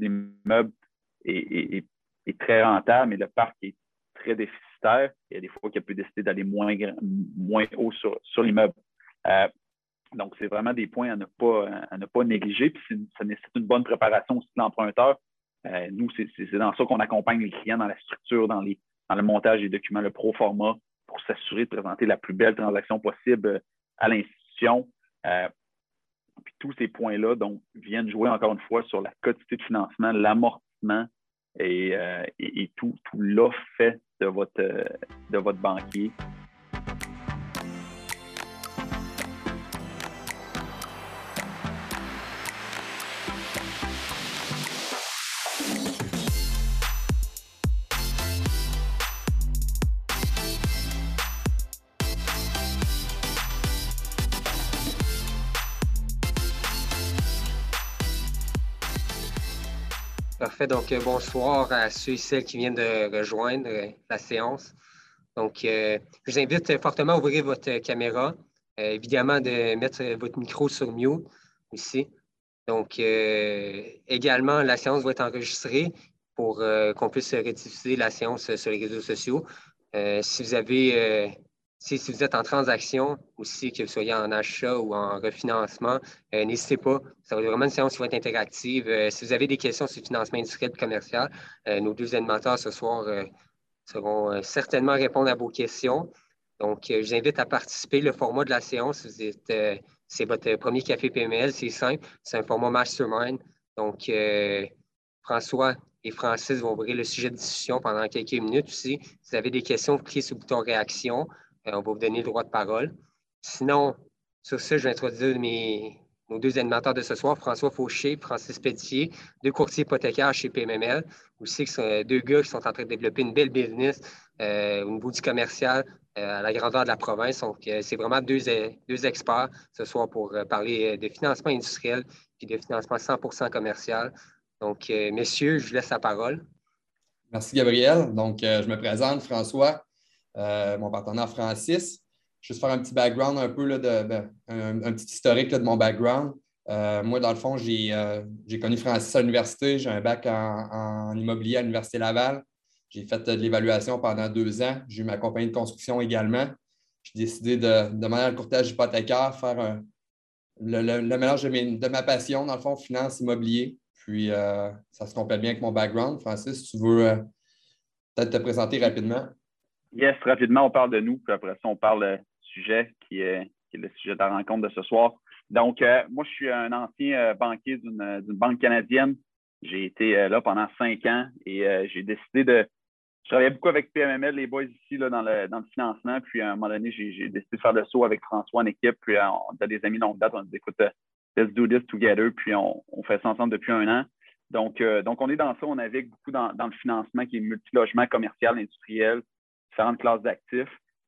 l'immeuble est très rentable, mais le parc est très déficitaire. Il y a des fois qu'elle peut décider d'aller moins haut sur l'immeuble. Donc, c'est vraiment des points à ne pas négliger. Puis, ça nécessite une bonne préparation aussi de l'emprunteur. Nous, c'est dans ça qu'on accompagne les clients dans la structure, dans le montage des documents, le pro forma, pour s'assurer de présenter la plus belle transaction possible à l'institution. Puis tous ces points-là donc, viennent jouer encore une fois sur la quantité de financement, l'amortissement et tout l'offre fait de votre banquier. Parfait. Donc, bonsoir à ceux et celles qui viennent de rejoindre la séance. Donc, je vous invite fortement à ouvrir votre caméra. Évidemment, de mettre votre micro sur mute aussi. Donc, également, la séance va être enregistrée pour qu'on puisse rediffuser la séance sur les réseaux sociaux. Si vous êtes en transaction aussi, que vous soyez en achat ou en refinancement, n'hésitez pas. Ça va être vraiment une séance qui va être interactive. Si vous avez des questions sur le financement industriel et commercial, nos deux animateurs ce soir seront certainement répondre à vos questions. Donc, je vous invite à participer. Le format de la séance, c'est votre premier café PML, c'est simple. C'est un format mastermind. Donc, François et Francis vont ouvrir le sujet de discussion pendant quelques minutes aussi. Si vous avez des questions, vous cliquez sur le bouton réaction. On va vous donner le droit de parole. Sinon, sur ça, je vais introduire nos deux animateurs de ce soir, François Fauché et Francis Pelletier, deux courtiers hypothécaires chez PMML, aussi deux gars qui sont en train de développer une belle business au niveau du commercial à la grandeur de la province. Donc, c'est vraiment deux experts ce soir pour parler de financement industriel et de financement 100% commercial. Donc, messieurs, je vous laisse la parole. Merci, Gabriel. Donc, je me présente, François, mon partenaire Francis. Juste faire un petit background un peu, là, un petit historique là, de mon background. Moi, dans le fond, j'ai connu Francis à l'université. J'ai un bac en immobilier à l'Université Laval. J'ai fait de l'évaluation pendant 2 ans. J'ai eu ma compagnie de construction également. J'ai décidé de demander le courtage hypothécaire, faire le mélange de ma passion, dans le fond, finance immobilier. Puis, ça se complète bien avec mon background. Francis, tu veux peut-être te présenter rapidement? Yes, rapidement, on parle de nous, puis après ça, on parle du sujet qui est le sujet de la rencontre de ce soir. Donc, moi, je suis un ancien banquier d'une banque canadienne. J'ai été là pendant 5 ans et j'ai décidé de... Je travaillais beaucoup avec PMML, les boys ici là, dans le financement. Puis, à un moment donné, j'ai décidé de faire le saut avec François en équipe. Puis, on a des amis longue date. On a dit, écoute, let's do this together. Puis, on fait ça ensemble depuis 1 an. Donc, on est dans ça. On navigue beaucoup dans le financement qui est multilogement, commercial, industriel, différentes classes d'actifs.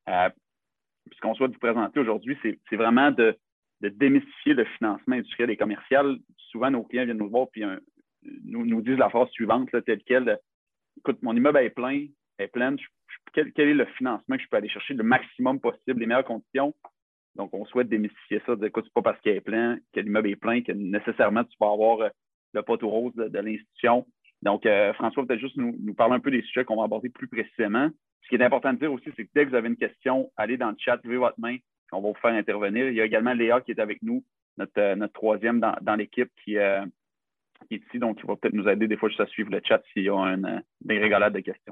Ce qu'on souhaite vous présenter aujourd'hui, c'est vraiment de démystifier le financement industriel et commercial. Souvent, nos clients viennent nous voir et nous disent la phrase suivante, là, telle quelle. Écoute, mon immeuble est pleine. Quel est le financement que je peux aller chercher le maximum possible, les meilleures conditions? Donc, on souhaite démystifier ça. Écoute, c'est pas parce qu'il est plein, que l'immeuble est plein, que nécessairement tu vas avoir le poteau rose de l'institution. Donc, François, peut-être juste nous parler un peu des sujets qu'on va aborder plus précisément. Ce qui est important de dire aussi, c'est que dès que vous avez une question, allez dans le chat, levez votre main, on va vous faire intervenir. Il y a également Léa qui est avec nous, notre troisième dans l'équipe qui est ici, donc il va peut-être nous aider des fois juste à suivre le chat s'il y a des régolades de questions.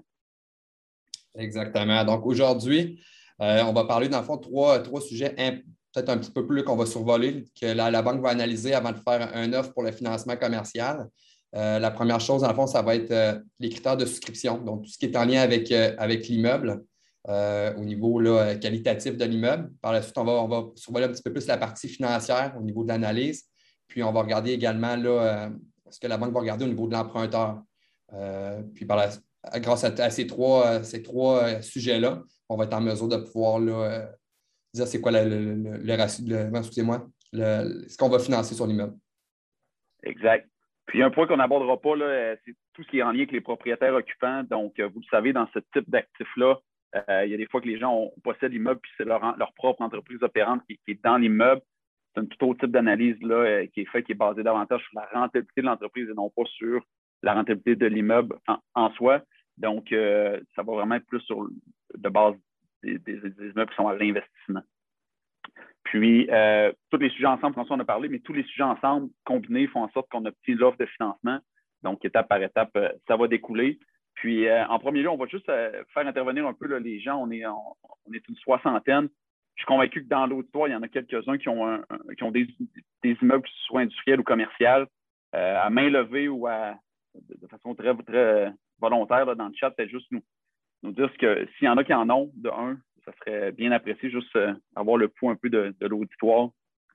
Exactement. Donc, aujourd'hui, on va parler, dans le fond, trois sujets peut-être un petit peu plus qu'on va survoler, que la banque va analyser avant de faire un offre pour le financement commercial. La première chose, dans le fond, ça va être les critères de souscription, donc tout ce qui est en lien avec l'immeuble au niveau là, qualitatif de l'immeuble. Par la suite, on va survoler un petit peu plus la partie financière au niveau de l'analyse. Puis, on va regarder également là, ce que la banque va regarder au niveau de l'emprunteur. Puis, grâce à ces trois sujets-là, on va être en mesure de pouvoir là, dire c'est quoi le ratio, excusez-moi, ce qu'on va financer sur l'immeuble. Exact. Puis, un point qu'on n'abordera pas, là, c'est tout ce qui est en lien avec les propriétaires occupants. Donc, vous le savez, dans ce type d'actifs-là, il y a des fois que les gens possèdent l'immeuble puis c'est leur propre entreprise opérante qui est dans l'immeuble. C'est un tout autre type d'analyse là, qui est basée davantage sur la rentabilité de l'entreprise et non pas sur la rentabilité de l'immeuble en soi. Donc, ça va vraiment être plus de base des immeubles qui sont à l'investissement. Puis, tous les sujets ensemble, François en a parlé, mais tous les sujets ensemble, combinés, font en sorte qu'on obtient l'offre de financement. Donc, étape par étape, ça va découler. Puis, en premier lieu, on va juste faire intervenir un peu là, les gens. On est une soixantaine. Je suis convaincu que dans l'auditoire, il y en a quelques-uns qui ont des immeubles, soit industriels ou commerciaux, à main levée ou de façon très, très volontaire là, dans le chat, peut-être juste nous dire que s'il y en a qui en ont, de un, ça serait bien apprécié, juste avoir le pouls un peu de l'auditoire.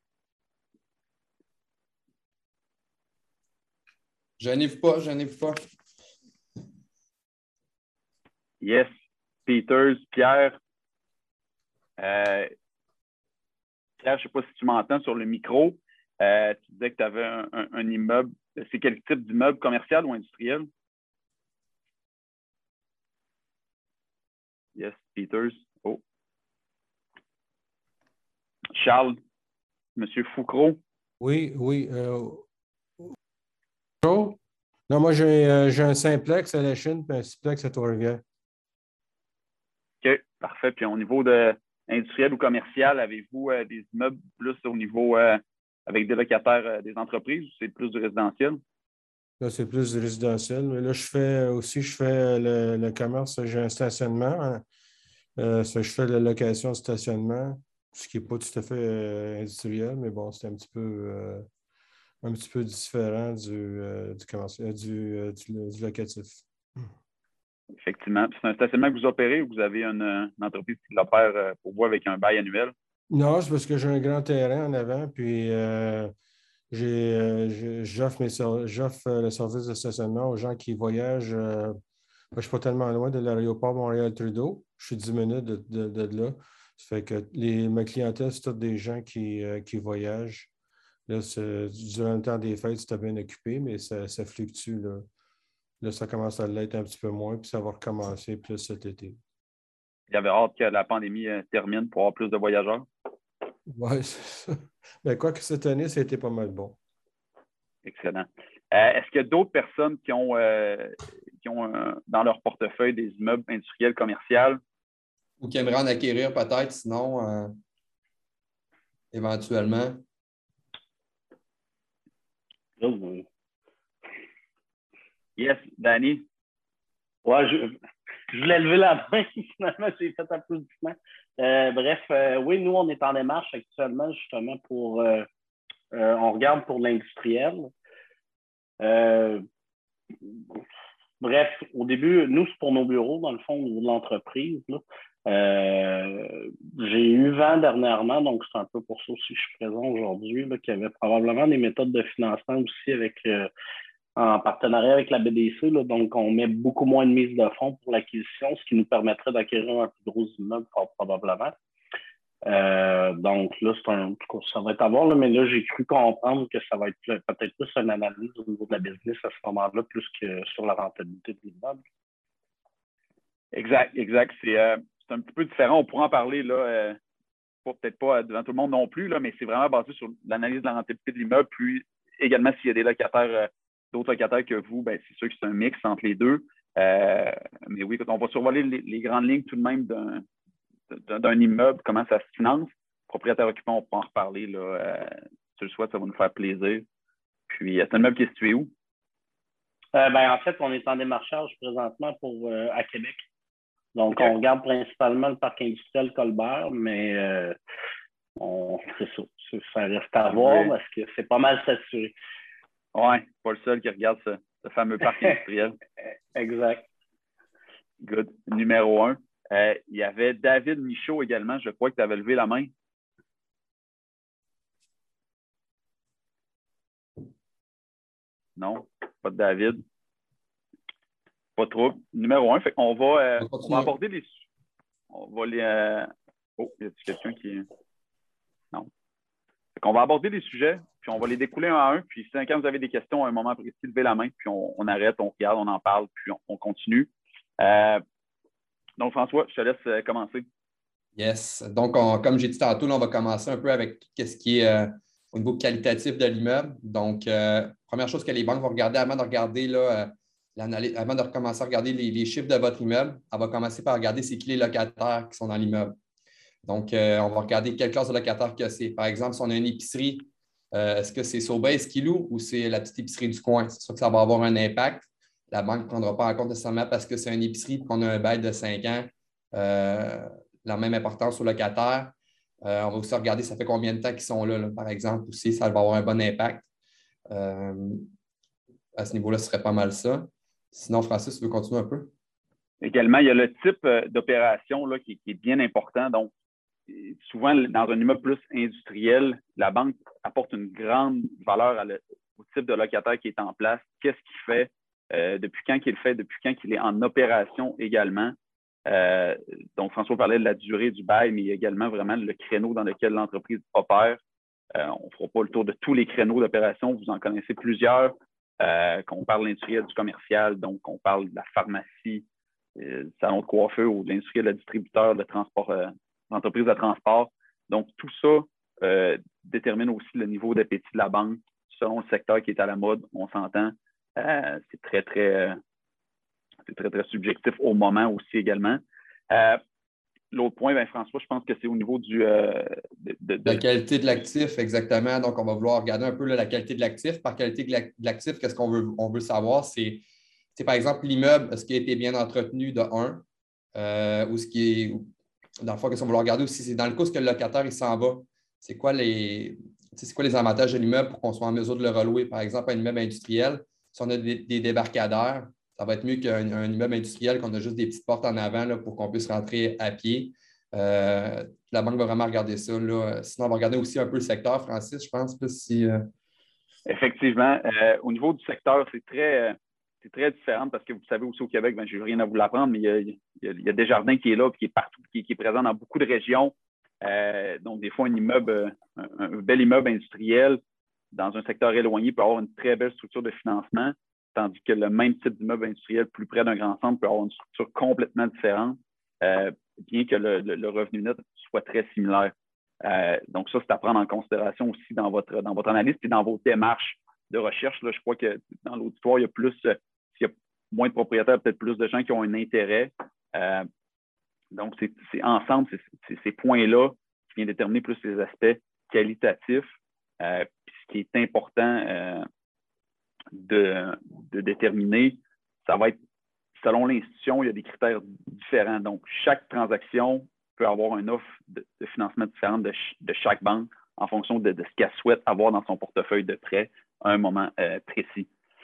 Gênez-vous pas, gênez-vous pas. Yes, Peters, Pierre. Pierre, je ne sais pas si tu m'entends sur le micro. Tu disais que tu avais un immeuble. C'est quel type d'immeuble, commercial ou industriel? Yes, Peters. Oh. Charles, Monsieur Foucault. Oui. Non, moi, j'ai un simplex à la Chine et un simplex à Trois-Rivières. OK, parfait. Puis au niveau de industriel ou commercial, avez-vous des immeubles plus au niveau avec des locataires des entreprises ou c'est plus du résidentiel? Là, c'est plus du résidentiel. Mais là, je fais le commerce. J'ai un stationnement. Je fais la location de stationnement, ce qui n'est pas tout à fait industriel, mais bon, c'est un petit peu différent du locatif. Effectivement. C'est un stationnement que vous opérez ou vous avez une entreprise qui l'opère pour vous avec un bail annuel? Non, c'est parce que j'ai un grand terrain en avant, puis j'offre le service de stationnement aux gens qui voyagent. Je ne suis pas tellement loin de l'aéroport Montréal-Trudeau. Je suis 10 minutes de là. Ça fait que ma clientèle, c'est toutes des gens qui voyagent. Là, durant le temps des fêtes, c'était bien occupé, mais ça fluctue. Là, ça commence à l'être un petit peu moins, puis ça va recommencer plus cet été. Il y avait hâte que la pandémie termine pour avoir plus de voyageurs? Oui, c'est ça. Mais quoi que cette année, ça a été pas mal bon. Excellent. Est-ce qu'il y a d'autres personnes qui ont dans leur portefeuille des immeubles industriels, commerciaux? Ou qui aimeraient en acquérir peut-être, sinon, éventuellement. Yes, Danny? Ouais, je voulais lever la main, finalement, j'ai fait applaudissement. Bref, oui, nous, on est en démarche actuellement, justement, pour on regarde pour l'industriel. Bref, au début, nous, c'est pour nos bureaux, dans le fond, au niveau de l'entreprise. J'ai eu vent dernièrement, donc c'est un peu pour ça aussi que je suis présent aujourd'hui, qu'il y avait probablement des méthodes de financement aussi en partenariat avec la BDC. Donc, on met beaucoup moins de mise de fonds pour l'acquisition, ce qui nous permettrait d'acquérir un plus gros immeuble, fort probablement. Donc là, ça va être à voir, là, mais là, j'ai cru comprendre que ça va être peut-être plus une analyse au niveau de la business à ce moment-là, plus que sur la rentabilité de l'immeuble. Exact. C'est un petit peu différent. On pourra en parler, là, peut-être pas devant tout le monde non plus, là, mais c'est vraiment basé sur l'analyse de la rentabilité de l'immeuble, puis également s'il y a des locataires, d'autres locataires que vous, ben, c'est sûr que c'est un mix entre les deux. Mais oui, on va survoler les grandes lignes tout de même d'un immeuble, comment ça se finance. Propriétaire occupant, on pourra en reparler. Là, si tu le souhaites, ça va nous faire plaisir. Puis, c'est un immeuble qui est situé où? En fait, on est en démarchage présentement à Québec. Donc, okay. On regarde principalement le parc industriel Colbert, mais c'est ça. Ça reste à voir parce que c'est pas mal saturé. Oui, pas le seul qui regarde ce fameux parc industriel. Exact. Good. Numéro 1. Il y avait David Michaud également. Je crois que tu avais levé la main. Non, pas de David. Pas trop. Numéro 1. Fait qu'on va, on va aborder les. On va les. Oh, y a-t-il quelqu'un qui. Non. Fait qu'on va aborder les sujets, puis on va les découler un à un. Puis, si quand vous avez des questions à un moment précis, levez la main, puis on arrête, on regarde, on en parle, puis on continue. Donc, François, je te laisse commencer. Yes. Donc, comme j'ai dit tantôt, là, on va commencer un peu avec ce qui est au niveau qualitatif de l'immeuble. Donc, première chose que les banques vont regarder avant de regarder là, avant de commencer à regarder les chiffres de votre immeuble, elle va commencer par regarder c'est qui les locataires qui sont dans l'immeuble. Donc, on va regarder quelle classe de locataire que c'est. Par exemple, si on a une épicerie, est-ce que c'est Sobeys qui loue ou c'est la petite épicerie du coin? C'est sûr que ça va avoir un impact. La banque ne prendra pas en compte nécessairement parce que c'est une épicerie et qu'on a un bail de 5 ans, la même importance aux locataires. On va aussi regarder ça fait combien de temps qu'ils sont là, par exemple, aussi, ça va avoir un bon impact. À ce niveau-là, ce serait pas mal ça. Sinon, Francis, tu veux continuer un peu? Également, il y a le type d'opération là, qui est bien important. Donc, souvent, dans un immeuble plus industriel, la banque apporte une grande valeur au type de locataire qui est en place. Qu'est-ce qu'il fait? Depuis quand qu'il le fait? Depuis quand qu'il est en opération également? Donc, François parlait de la durée du bail, mais il y a également vraiment le créneau dans lequel l'entreprise opère. On ne fera pas le tour de tous les créneaux d'opération. Vous en connaissez plusieurs. Qu'on parle de l'industriel, du commercial, donc on parle de la pharmacie, du salon de coiffeur ou de l'industriel, de la distributeur, de transport, l'entreprise de transport. Donc, tout ça détermine aussi le niveau d'appétit de la banque selon le secteur qui est à la mode. On s'entend. C'est très, très subjectif au moment aussi également. L'autre point, François, je pense que c'est au niveau la qualité de l'actif, exactement. Donc, on va vouloir regarder un peu là, la qualité de l'actif. Par qualité de l'actif, qu'est-ce qu'on veut savoir? C'est par exemple l'immeuble, est-ce qu'il a été bien entretenu de 1? Ou ce qui est, dans le fond, qu'est-ce qu'on va regarder aussi? C'est dans le cas où le locataire il s'en va, c'est quoi les avantages de l'immeuble pour qu'on soit en mesure de le relouer? Par exemple, un immeuble industriel, si on a des débarcadères, ça va être mieux qu'un immeuble industriel qu'on a juste des petites portes en avant là, pour qu'on puisse rentrer à pied. La banque va vraiment regarder ça. Là. Sinon, on va regarder aussi un peu le secteur, Francis, je pense. Effectivement. Au niveau du secteur, c'est très différent parce que vous savez aussi au Québec, je n'ai rien à vous l'apprendre, mais il y a Desjardins qui est là, qui est partout, qui est présent dans beaucoup de régions. Donc, des fois, un bel immeuble industriel dans un secteur éloigné peut avoir une très belle structure de financement, tandis que le même type d'immeuble industriel plus près d'un grand centre peut avoir une structure complètement différente, bien que le revenu net soit très similaire. Donc, ça, c'est à prendre en considération aussi dans votre analyse et dans vos démarches de recherche. Là, je crois que dans l'auditoire, il y a moins de propriétaires, peut-être plus de gens qui ont un intérêt. Donc, c'est ensemble, ces points-là qui viennent déterminer plus les aspects qualitatifs. Puis ce qui est important de déterminer, ça va être, selon l'institution, il y a des critères différents. Donc, chaque transaction peut avoir une offre de financement différente de chaque banque en fonction de ce qu'elle souhaite avoir dans son portefeuille de prêt à un moment précis.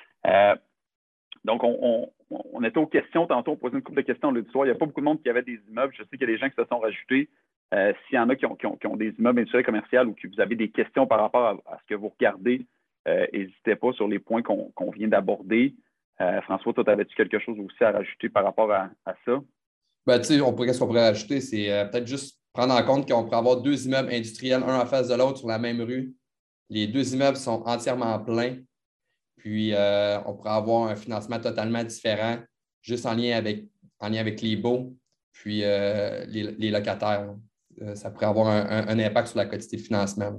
Donc, on était aux questions. Tantôt, on posait une couple de questions à l'auditoire. Il n'y a pas beaucoup de monde qui avait des immeubles. Je sais qu'il y a des gens qui se sont rajoutés. S'il y en a qui ont des immeubles industriels commerciaux ou que vous avez des questions par rapport à ce que vous regardez, n'hésitez pas sur les points qu'on vient d'aborder. François, toi, avais-tu quelque chose aussi à rajouter par rapport à ça? Qu'est-ce qu'on pourrait rajouter? C'est peut-être juste prendre en compte qu'on pourrait avoir 2 immeubles industriels, un en face de l'autre sur la même rue. Les 2 immeubles sont entièrement pleins. Puis, on pourrait avoir un financement totalement différent, juste en lien avec les baux, puis les locataires. Ça pourrait avoir un impact sur la quantité de financement.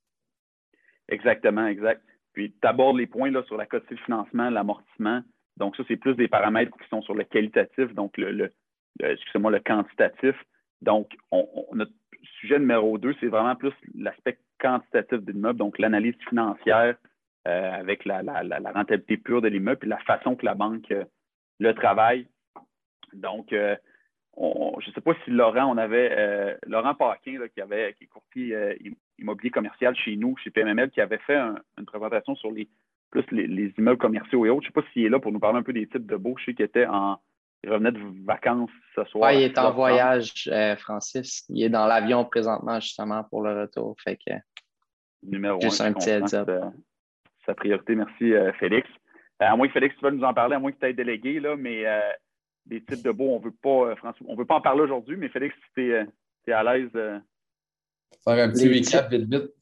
Exactement, exact. Puis, tu abordes les points là, sur la quantité de financement, l'amortissement. Donc, ça, c'est plus des paramètres qui sont sur le qualitatif, donc le quantitatif. Donc, notre sujet numéro 2, c'est vraiment plus l'aspect quantitatif de l'immeuble, donc l'analyse financière avec la rentabilité pure de l'immeuble et la façon que la banque le travaille. Donc, je ne sais pas si Laurent Paquin, là, qui est courtier immobilier commercial chez nous, chez PMML, qui avait fait une présentation sur les immeubles commerciaux et autres. Je ne sais pas s'il est là pour nous parler un peu des types de baux. Je sais qu'il revenait de vacances ce soir. Oui, il est en voyage, Francis. Il est dans l'avion présentement, justement, pour le retour. Fait que, numéro juste un petit heads up. Sa priorité. Merci, Félix. À moins que Félix, tu veuilles nous en parler, à moins que tu aies délégué, là, mais des types de baux, on ne veut pas en parler aujourd'hui, mais Félix, si tu es à l'aise. Faire un petit recap vite.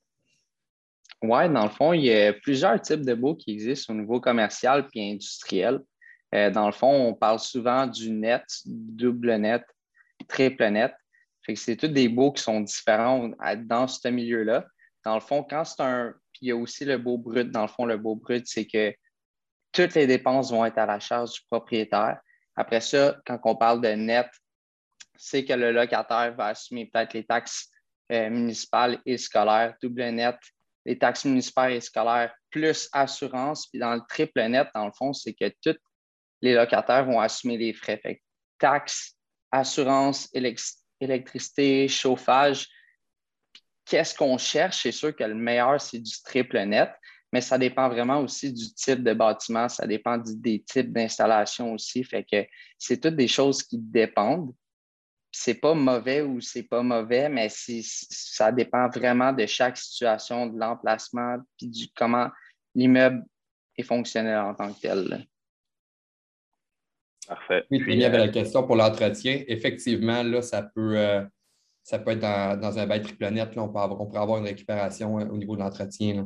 Oui, dans le fond, il y a plusieurs types de baux qui existent au niveau commercial et industriel. Dans le fond, on parle souvent du net, double net, triple net. Fait que c'est tous des baux qui sont différents dans ce milieu-là. Dans le fond, quand c'est un. Puis il y a aussi le beau brut. Dans le fond, le beau brut, c'est que toutes les dépenses vont être à la charge du propriétaire. Après ça, quand on parle de net, c'est que le locataire va assumer peut-être les taxes municipales et scolaires, double net, les taxes municipales et scolaires, plus assurance. Puis dans le triple net, dans le fond, c'est que tous les locataires vont assumer les frais. Fait que taxes, assurance, électricité, chauffage. Qu'est-ce qu'on cherche? C'est sûr que le meilleur, c'est du triple net, mais ça dépend vraiment aussi du type de bâtiment, ça dépend des types d'installation aussi. Fait que c'est toutes des choses qui dépendent. C'est pas mauvais ou c'est pas mauvais, mais ça dépend vraiment de chaque situation, de l'emplacement, puis du comment l'immeuble est fonctionnel en tant que tel. Là. Parfait. Oui, puis il y avait la question pour l'entretien. Effectivement, là, ça peut être dans un bail triple net, là, on pourrait avoir une récupération au niveau de l'entretien.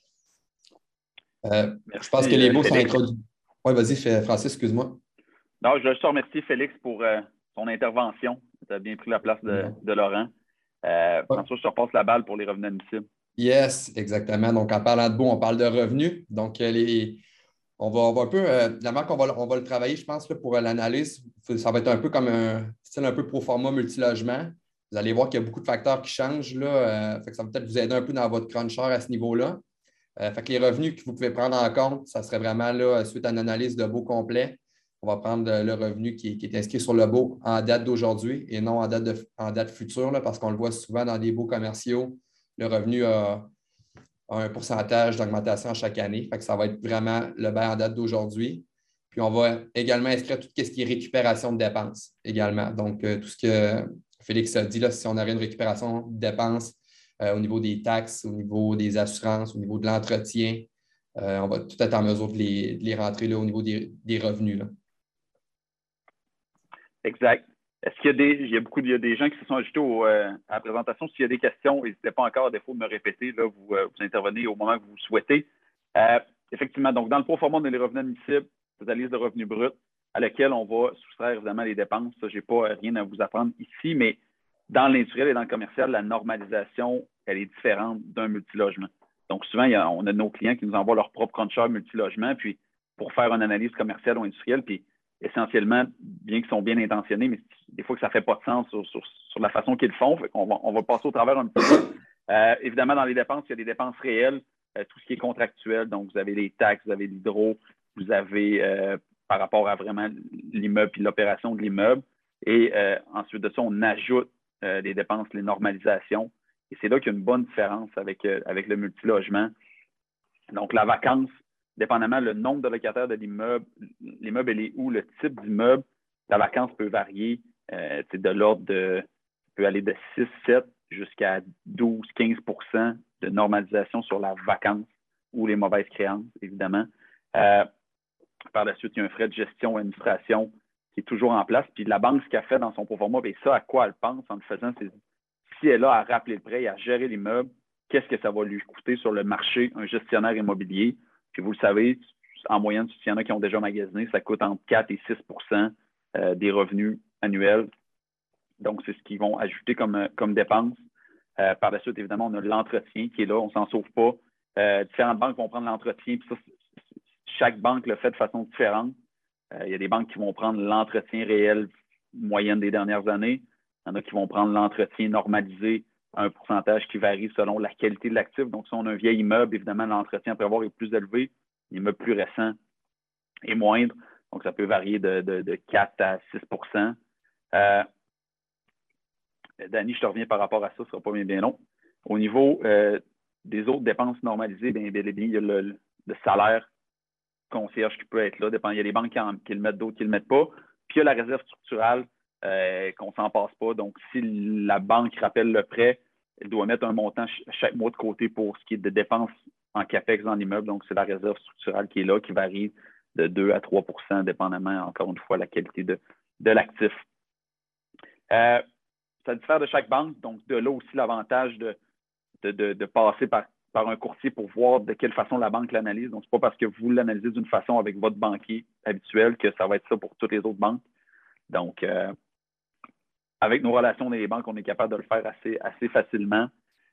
Je pense que les baux sont introduits. Oui, vas-y, Francis, excuse-moi. Non, je veux juste remercier Félix pour son intervention. Tu as bien pris la place de Laurent. François, je te repasse la balle pour les revenus admissibles. Yes, exactement. Donc, en parlant de baux, on parle de revenus. Donc, on va un peu, la marque, on va le travailler, je pense, là, pour l'analyse. Ça va être un peu comme un style un peu pro forma multilogement. Vous allez voir qu'il y a beaucoup de facteurs qui changent. Là, fait que ça va peut-être vous aider un peu dans votre cruncher à ce niveau-là. Fait que les revenus que vous pouvez prendre en compte, ça serait vraiment là, suite à une analyse de baux complet. On va prendre le revenu qui est inscrit sur le baux en date d'aujourd'hui et non en date future, là, parce qu'on le voit souvent dans des baux commerciaux. Le revenu a un pourcentage d'augmentation chaque année. Fait que ça va être vraiment le bail en date d'aujourd'hui. Puis on va également inscrire tout ce qui est récupération de dépenses également. Donc, tout ce que Félix a dit, là, si on aurait une récupération de dépenses au niveau des taxes, au niveau des assurances, au niveau de l'entretien, on va tout être en mesure de les rentrer là, au niveau des revenus. Là. Exact. Est-ce qu'il y a des gens qui se sont ajoutés à la présentation? S'il y a des questions, n'hésitez pas encore à défaut de me répéter. Là, vous intervenez au moment que vous souhaitez. Effectivement, donc dans le pro forma de les revenus admissibles, c'est la liste de revenus bruts à laquelle on va soustraire évidemment les dépenses. Ça, je n'ai pas rien à vous apprendre ici, mais dans l'industriel et dans le commercial, la normalisation, elle est différente d'un multilogement. Donc souvent, on a nos clients qui nous envoient leur propre cruncher multilogement, puis pour faire une analyse commerciale ou industrielle, puis essentiellement, bien qu'ils sont bien intentionnés, mais des fois que ça ne fait pas de sens sur la façon qu'ils le font. On va passer au travers un petit peu. Évidemment, dans les dépenses, il y a des dépenses réelles, tout ce qui est contractuel. Donc, vous avez les taxes, vous avez l'hydro, vous avez par rapport à vraiment l'immeuble et l'opération de l'immeuble. Et ensuite de ça, on ajoute les dépenses, les normalisations. Et c'est là qu'il y a une bonne différence avec le multilogement. Donc, la vacance, dépendamment le nombre de locataires de l'immeuble, l'immeuble est où, le type d'immeuble, la vacance peut varier de l'ordre peut aller de 6, 7 jusqu'à 12, 15 % de normalisation sur la vacance ou les mauvaises créances, évidemment. Par la suite, il y a un frais de gestion et administration qui est toujours en place. Puis la banque, ce qu'elle fait dans son pro forma, bien, ça, à quoi elle pense en le faisant, c'est si elle a à rappeler le prêt et à gérer l'immeuble, qu'est-ce que ça va lui coûter sur le marché, un gestionnaire immobilier. Puis vous le savez, en moyenne, s'il y en a qui ont déjà magasiné, ça coûte entre 4 et 6 % des revenus annuels. Donc, c'est ce qu'ils vont ajouter comme dépense. Par la suite, évidemment, on a l'entretien qui est là, on ne s'en sauve pas. Différentes banques vont prendre l'entretien, puis ça, chaque banque le fait de façon différente. Il y a des banques qui vont prendre l'entretien réel moyenne des dernières années. Il y en a qui vont prendre l'entretien normalisé à un pourcentage qui varie selon la qualité de l'actif. Donc, si on a un vieil immeuble, évidemment, l'entretien à prévoir est plus élevé. L'immeuble plus récent est moindre. Donc, ça peut varier de 4 à 6 %. Danny, je te reviens par rapport à ça, ce ne sera pas bien long. Au niveau des autres dépenses normalisées, bien, il y a le salaire concierge qui peut être là. Il y a des banques qui le mettent, d'autres qui ne le mettent pas. Puis il y a la réserve structurale qu'on ne s'en passe pas. Donc, si la banque rappelle le prêt, elle doit mettre un montant chaque mois de côté pour ce qui est de dépenses en CAPEX dans l'immeuble. Donc, c'est la réserve structurale qui est là, qui varie de 2 à 3 % dépendamment, encore une fois, la qualité de l'actif. Ça diffère de chaque banque. Donc, de là aussi l'avantage de passer par un courtier pour voir de quelle façon la banque l'analyse. Donc, ce n'est pas parce que vous l'analysez d'une façon avec votre banquier habituel que ça va être ça pour toutes les autres banques. Donc, avec nos relations dans les banques, on est capable de le faire assez facilement.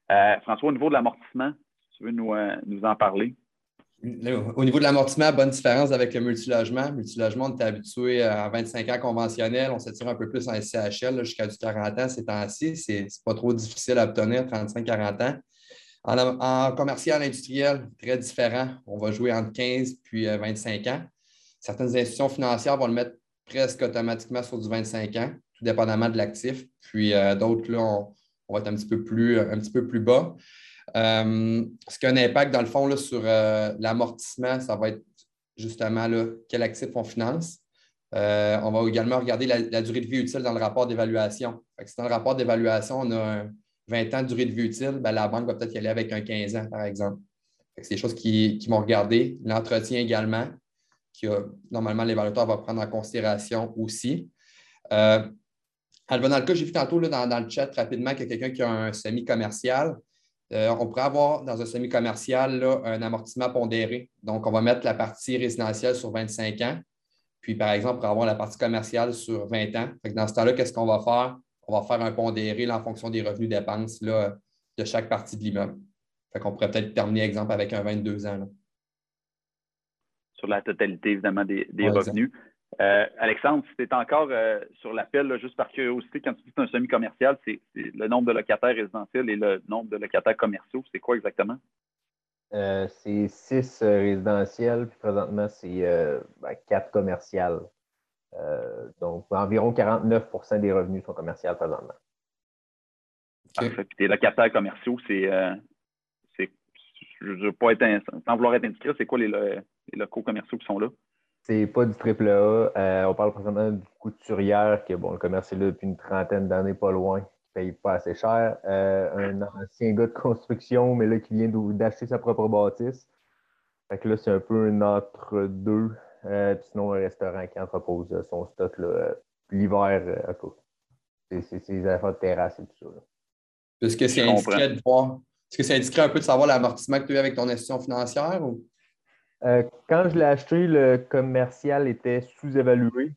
François, au niveau de l'amortissement, si tu veux nous en parler. Au niveau de l'amortissement, bonne différence avec le multilogement. Multilogement, on était habitué à 25 ans conventionnel. On s'étire un peu plus en SCHL jusqu'à du 40 ans ces temps-ci. C'est pas trop difficile à obtenir, 35-40 ans. En commercial industriel, très différent. On va jouer entre 15 puis 25 ans. Certaines institutions financières vont le mettre presque automatiquement sur du 25 ans, tout dépendamment de l'actif. Puis d'autres, là, on va être un petit peu plus bas. Ce qui a un impact, dans le fond, là, sur l'amortissement, ça va être justement là, quel actif on finance. On va également regarder la durée de vie utile dans le rapport d'évaluation. Si dans le rapport d'évaluation, on a 20 ans de durée de vie utile, bien, la banque va peut-être y aller avec un 15 ans, par exemple. C'est des choses qui vont regarder. L'entretien également, normalement, l'évaluateur va prendre en considération aussi. Dans le cas, j'ai vu tantôt là, dans le chat rapidement qu'il y a quelqu'un qui a un semi-commercial. On pourrait avoir dans un semi-commercial là, un amortissement pondéré. Donc, on va mettre la partie résidentielle sur 25 ans. Puis, par exemple, on pourrait avoir la partie commerciale sur 20 ans. Dans ce temps-là, qu'est-ce qu'on va faire? On va faire un pondéré là, en fonction des revenus dépenses là, de chaque partie de l'immeuble. On pourrait peut-être terminer, exemple, avec un 22 ans. Là. Sur la totalité, évidemment, des revenus. Alexandre, si tu es encore sur l'appel, là, juste par curiosité, quand tu dis que c'est un semi-commercial, c'est le nombre de locataires résidentiels et le nombre de locataires commerciaux, c'est quoi exactement? C'est 6 résidentiels, puis présentement, c'est 4 commerciales. Donc, environ 49 % des revenus sont commerciaux présentement. Okay. Parfait. Puis tes locataires commerciaux, je ne veux pas être sans vouloir être indiscret, c'est quoi les locaux commerciaux qui sont là? C'est pas du AAA. On parle présentement du couturière, que bon, le commerce est là depuis une trentaine d'années, pas loin, qui ne paye pas assez cher. Un ancien gars de construction, mais là, qui vient d'acheter sa propre bâtisse. Fait que là, c'est un peu un entre-deux. Puis sinon, un restaurant qui entrepose son stock l'hiver à cause. C'est des affaires de terrasse et tout ça. Là. Est-ce que c'est indiscret de voir? Est-ce que c'est indiscret un peu de savoir l'amortissement que tu as eu avec ton institution financière? Ou? Quand je l'ai acheté, le commercial était sous-évalué.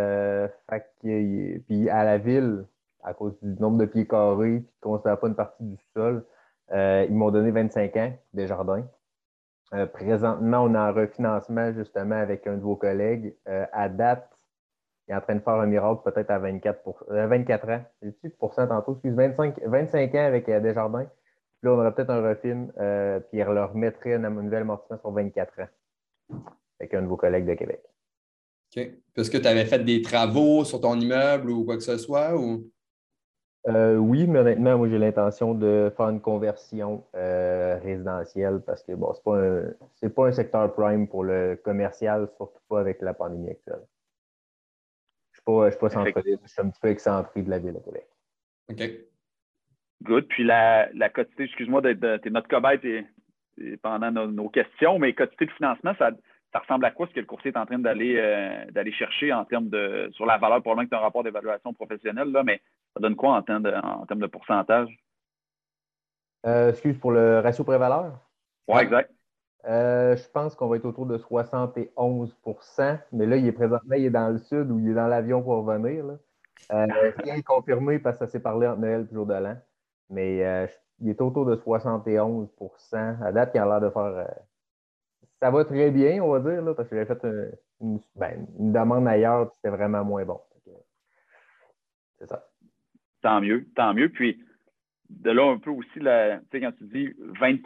Puis à la ville, à cause du nombre de pieds carrés, puis qu'on ne considère pas une partie du sol, ils m'ont donné 25 ans des jardins. Présentement, on est en refinancement justement avec un de vos collègues. À date, il est en train de faire un miracle peut-être à 24 ans. J'ai dit pourcent tantôt, excuse, 25 ans avec Desjardins. Puis là, on aurait peut-être un refin, puis il leur remettrait un nouvel amortissement sur 24 ans avec un de vos collègues de Québec. OK. Est-ce que tu avais fait des travaux sur ton immeuble ou quoi que ce soit? Ou? Oui, mais honnêtement, moi, j'ai l'intention de faire une conversion résidentielle parce que bon, c'est pas un secteur prime pour le commercial, surtout pas avec la pandémie actuelle. Je suis pas centre-ville, je suis un petit peu excentré de la ville de Québec. OK. Good. Puis la quotité, excuse-moi d'être notre cobaye pendant nos questions, mais quotité de financement, ça ressemble à quoi ce que le courtier est en train d'aller chercher en termes sur la valeur, probablement que tu as un rapport d'évaluation professionnelle, là, mais ça donne quoi en termes de pourcentage? Excuse, pour le ratio prix-valeur? Oui, exact. Je pense qu'on va être autour de 71 %, mais là, présentement, il est dans le sud ou il est dans l'avion pour revenir. Rien confirmé parce que ça s'est parlé entre Noël et le jour de l'an. Mais il est autour de 71 %. À date, il a l'air de faire. Ça va très bien, on va dire, là, parce que j'avais fait une demande ailleurs et c'était vraiment moins bon. C'est ça. Tant mieux, tant mieux. Puis, de là, un peu aussi, tu sais, quand tu dis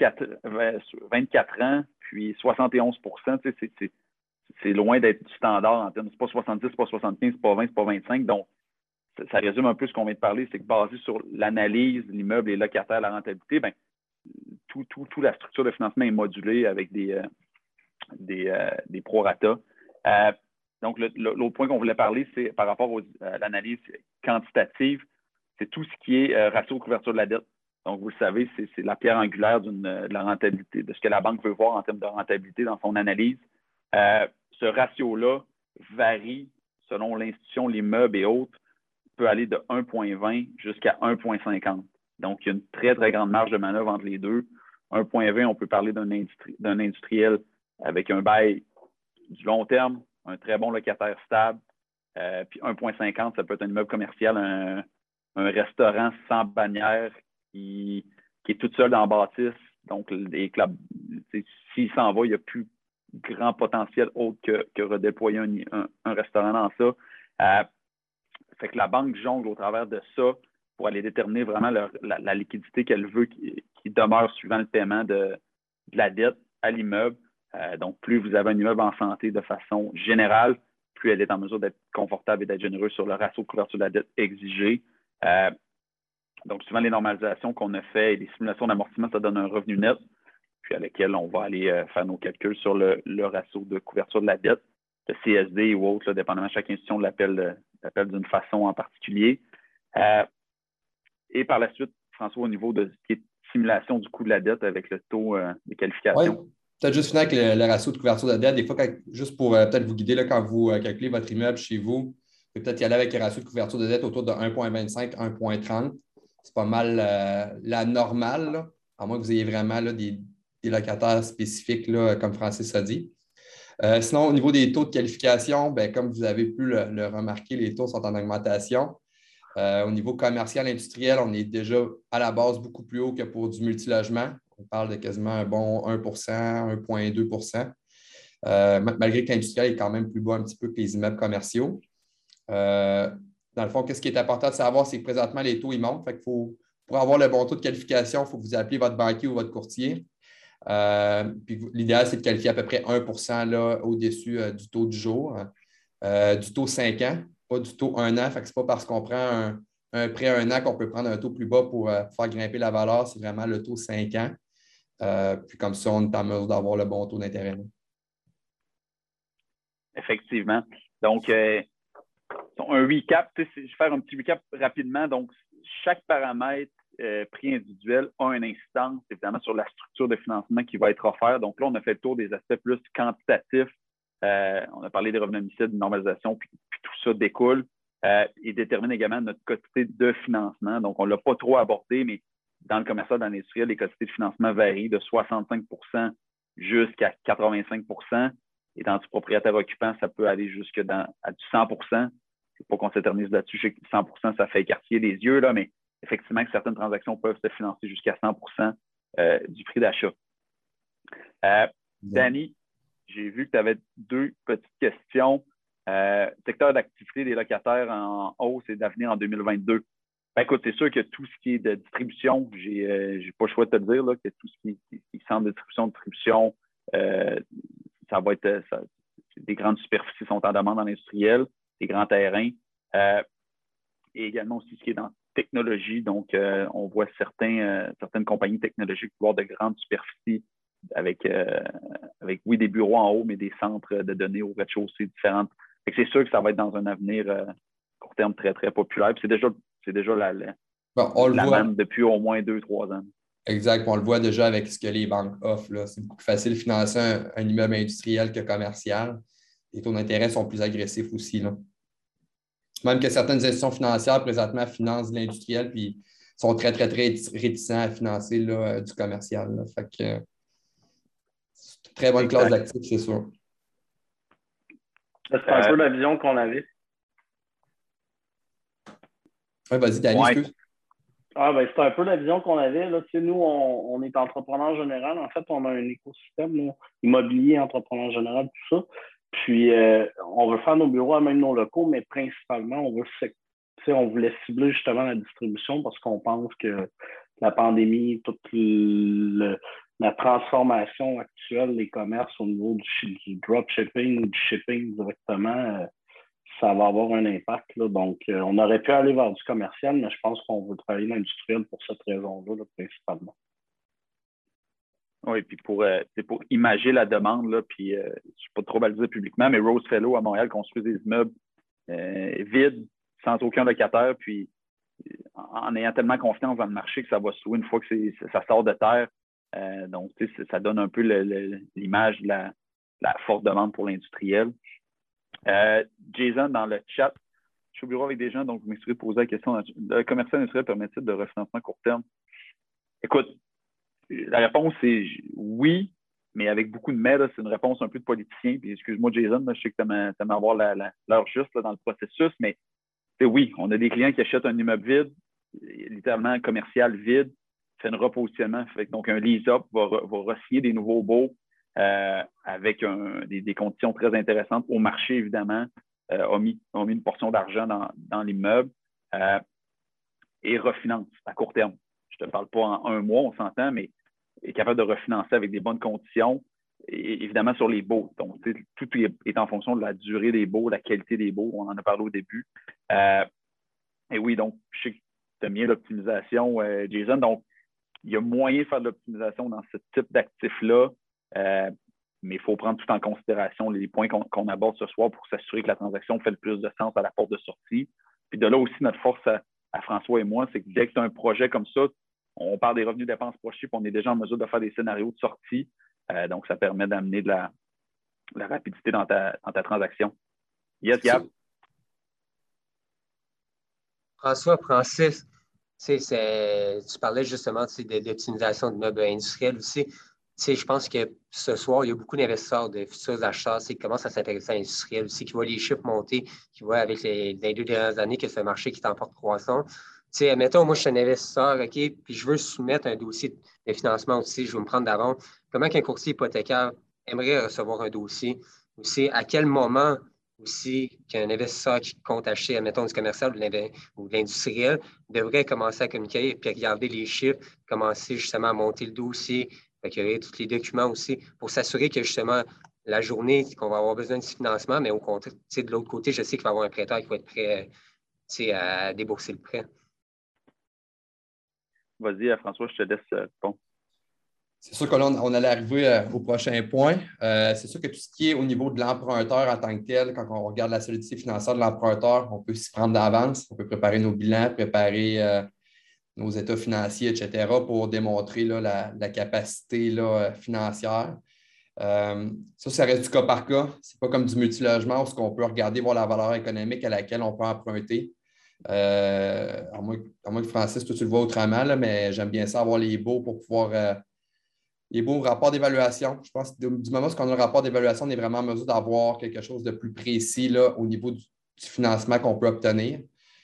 24 ans, puis 71 %, c'est loin d'être du standard en termes. C'est pas 70, c'est pas 75, c'est pas 20, c'est pas 25. Donc, ça résume un peu ce qu'on vient de parler, c'est que basé sur l'analyse, l'immeuble, les locataires, la rentabilité, bien, toute la structure de financement est modulée avec des prorata. Donc, l'autre point qu'on voulait parler, c'est par rapport à l'analyse quantitative, c'est tout ce qui est ratio couverture de la dette. Donc, vous le savez, c'est la pierre angulaire de la rentabilité, de ce que la banque veut voir en termes de rentabilité dans son analyse. Ce ratio-là varie selon l'institution, l'immeuble et autres, peut aller de 1,20 jusqu'à 1,50. Donc, il y a une très, très grande marge de manœuvre entre les deux. 1,20, on peut parler d'un industriel avec un bail du long terme, un très bon locataire stable. Puis 1,50, ça peut être un immeuble commercial, un restaurant sans bannière qui qui est toute seule dans la bâtisse. Donc, s'il s'en va, il n'y a plus grand potentiel autre que redéployer un restaurant dans ça. Fait que la banque jongle au travers de ça pour aller déterminer vraiment la liquidité qu'elle veut qui demeure suivant le paiement de la dette à l'immeuble. Donc, plus vous avez un immeuble en santé de façon générale, plus elle est en mesure d'être confortable et d'être généreuse sur le ratio de couverture de la dette exigé. Donc, souvent, les normalisations qu'on a fait et les simulations d'amortissement, ça donne un revenu net, puis à lequel on va aller faire nos calculs sur le ratio de couverture de la dette, le CSD ou autre, là, dépendamment de chaque institution l'appelle d'une façon en particulier. Et par la suite, François, au niveau de ce qui est simulation du coût de la dette avec le taux de qualification. Oui, peut-être juste finir avec le ratio de couverture de dette. Des fois, juste pour peut-être vous guider, là, quand vous calculez votre immeuble chez vous, vous pouvez peut-être y aller avec un ratio de couverture de dette autour de 1,25, 1,30. C'est pas mal la normale, là, à moins que vous ayez vraiment là, des locataires spécifiques, là, comme Francis a dit. Sinon, au niveau des taux de qualification, bien, comme vous avez pu le remarquer, les taux sont en augmentation. Au niveau commercial, industriel, on est déjà à la base beaucoup plus haut que pour du multilogement. On parle de quasiment un bon 1 1,2 malgré que l'industriel est quand même plus bas un petit peu que les immeubles commerciaux. Dans le fond, qu'est-ce qui est important de savoir, c'est que présentement, les taux, ils montent. Fait que pour avoir le bon taux de qualification, il faut que vous appeliez votre banquier ou votre courtier. Puis l'idéal, c'est de qualifier à peu près 1 là, au-dessus du taux du jour, du taux 5 ans, pas du taux 1 an. Fait que ce n'est pas parce qu'on prend un prêt 1 an qu'on peut prendre un taux plus bas pour faire grimper la valeur. C'est vraiment le taux 5 ans. Puis comme ça, on est en mesure d'avoir le bon taux d'intérêt. Effectivement. Donc, un recap, je vais faire un petit recap rapidement. Donc, chaque paramètre prix individuel a une incidence, évidemment, sur la structure de financement qui va être offerte. Donc là, on a fait le tour des aspects plus quantitatifs. On a parlé des revenus homicides, de normalisation, puis tout ça découle et détermine également notre quotité de financement. Donc, on ne l'a pas trop abordé, mais dans le commercial, dans l'industriel, les quotités de financement varient de 65 jusqu'à 85 et dans du propriétaire occupant, ça peut aller jusqu'à du 100 C'est pas qu'on s'éternise là-dessus. Je sais que 100 ça fait écarquiller les yeux, là, mais effectivement, que certaines transactions peuvent se financer jusqu'à 100 du prix d'achat. Danny, j'ai vu que tu avais 2 petites questions. Secteur d'activité des locataires en hausse et d'avenir en 2022. Ben, écoute, c'est sûr que tout ce qui est de distribution, j'ai pas le choix de te le dire, là, que tout ce qui semble de distribution, ça va être des grandes superficies sont en demande en industriel, des grands terrains. Et également aussi ce qui est dans technologie. Donc, on voit certaines compagnies technologiques voir de grandes superficies avec oui, des bureaux en haut, mais des centres de données au rez-de-chaussée différentes. C'est sûr que ça va être dans un avenir court terme très, très populaire. Puis c'est déjà la manne depuis au moins 2-3 ans. Exact. On le voit déjà avec ce que les banques offrent, là. C'est beaucoup plus facile de financer un immeuble industriel que commercial. Les taux d'intérêt sont plus agressifs aussi, là. Même que certaines institutions financières, présentement, financent de l'industriel puis sont très, très, très réticents à financer là, du commercial, là. Fait que c'est une très bonne classe d'actifs, c'est sûr. C'est un peu la vision qu'on avait. Oui, vas-y, Danny, excuse. C'est un peu la vision qu'on avait. Là. Nous, on est entrepreneur général. En fait, on a un écosystème là, immobilier, entrepreneur général, tout ça. Puis, on veut faire nos bureaux à même nos locaux, mais principalement, on voulait cibler justement la distribution parce qu'on pense que la pandémie, toute la transformation actuelle des commerces au niveau du dropshipping ou du shipping directement, ça va avoir un impact. Là. Donc, on aurait pu aller vers du commercial, mais je pense qu'on veut travailler l'industriel pour cette raison-là, là, principalement. Oui, puis pour imager la demande, là, puis je ne suis pas trop mal dire publiquement, mais Rose Fellow à Montréal construit des immeubles vides, sans aucun locataire, puis en ayant tellement confiance dans le marché que ça va se louer une fois que ça sort de terre. Donc, ça donne un peu l'image de la forte demande pour l'industriel. Jason, dans le chat, je suis au bureau avec des gens, donc vous m'excusez de poser la question. Le commercial industriel permet-il de refinancement à court terme? Écoute, la réponse est oui, mais avec beaucoup de mais. C'est une réponse un peu de politicien. Puis excuse-moi, Jason, là, je sais que tu aimes avoir l'heure juste là, dans le processus, mais oui, on a des clients qui achètent un immeuble vide, littéralement commercial vide, fait un repositionnement. Donc, un lease-up va re-signer des nouveaux baux avec des conditions très intéressantes au marché, évidemment. A mis une portion d'argent dans l'immeuble et refinance à court terme. Je ne te parle pas en un mois, on s'entend, mais est capable de refinancer avec des bonnes conditions, et évidemment sur les baux. Donc, tout est en fonction de la durée des baux, la qualité des baux. On en a parlé au début. Et oui, donc, je sais que tu as bien l'optimisation, Jason. Donc, il y a moyen de faire de l'optimisation dans ce type d'actifs-là, mais il faut prendre tout en considération les points qu'on aborde ce soir pour s'assurer que la transaction fait le plus de sens à la porte de sortie. Puis de là aussi, notre force à François et moi, c'est que dès que tu as un projet comme ça, on parle des revenus dépenses projetés, puis on est déjà en mesure de faire des scénarios de sortie. Donc, ça permet d'amener de la rapidité dans ta transaction. Yes, Gab? François, Francis, tu parlais justement d'optimisation de meubles industriels aussi. Je pense que ce soir, il y a beaucoup d'investisseurs de futurs acheteurs qui commencent à s'intéresser à l'industriel aussi, qui voient les chiffres monter, qui voient avec les 2 dernières années que c'est un marché qui est en forte croissance. Admettons, moi, je suis un investisseur, OK, puis je veux soumettre un dossier de financement aussi, je veux me prendre d'avance. Comment qu'un courtier hypothécaire aimerait recevoir un dossier? Aussi, à quel moment aussi qu'un investisseur qui compte acheter, admettons, du commercial ou de l'industriel devrait commencer à communiquer puis regarder les chiffres, commencer justement à monter le dossier, recueillir tous les documents aussi pour s'assurer que justement la journée qu'on va avoir besoin de ce financement, mais au contraire, de l'autre côté, je sais qu'il va y avoir un prêteur qui va être prêt à débourser le prêt. Vas-y, François, je te laisse répondre. C'est sûr que là, on allait arriver au prochain point. C'est sûr que tout ce qui est au niveau de l'emprunteur en tant que tel, quand on regarde la solidité financière de l'emprunteur, on peut s'y prendre d'avance. On peut préparer nos bilans, préparer nos états financiers, etc., pour démontrer là, la capacité là, financière. Ça reste du cas par cas. Ce n'est pas comme du multilogement où on peut regarder, voir la valeur économique à laquelle on peut emprunter. À moins que Francis, toi, tu le vois autrement, là, mais j'aime bien ça avoir les baux pour pouvoir. Les beaux rapports d'évaluation. Je pense que du moment où on a le rapport d'évaluation, on est vraiment en mesure d'avoir quelque chose de plus précis là, au niveau du financement qu'on peut obtenir.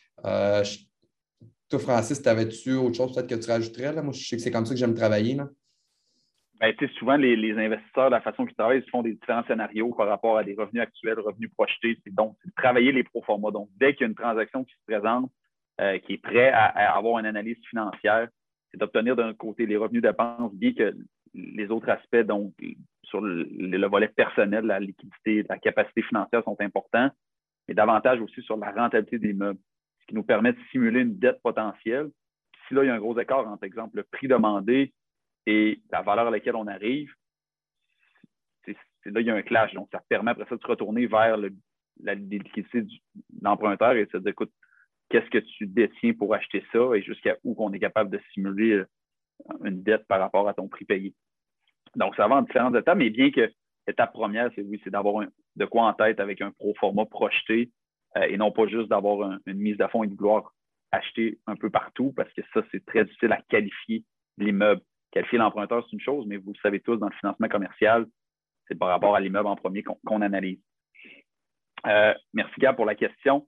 Toi, Francis, t'avais-tu autre chose peut-être que tu rajouterais? Là? Moi, je sais que c'est comme ça que j'aime travailler. Là. Ben, souvent, les investisseurs, la façon qu'ils travaillent, ils font des différents scénarios par rapport à des revenus actuels, revenus projetés. Donc, c'est de travailler les pro-forma. Donc, dès qu'il y a une transaction qui se présente, qui est prêt à avoir une analyse financière, c'est d'obtenir d'un côté les revenus dépenses, bien que les autres aspects, donc sur le volet personnel, la liquidité, la capacité financière sont importants, mais davantage aussi sur la rentabilité des immeubles, ce qui nous permet de simuler une dette potentielle. Si là, il y a un gros écart entre, exemple, le prix demandé et la valeur à laquelle on arrive, c'est là il y a un clash. Donc, ça permet après ça de se retourner vers la liquidité de l'emprunteur et de se dire, écoute, qu'est-ce que tu détiens pour acheter ça et jusqu'à où on est capable de simuler une dette par rapport à ton prix payé. Donc, ça va en différentes étapes, mais bien que l'étape première, c'est d'avoir de quoi en tête avec un pro-forma projeté et non pas juste d'avoir une mise de fonds et de vouloir acheter un peu partout parce que ça, c'est très difficile à qualifier l'immeuble. Qualifier l'emprunteur, c'est une chose, mais vous le savez tous, dans le financement commercial, c'est par rapport à l'immeuble en premier qu'on analyse. Merci, Gab, pour la question.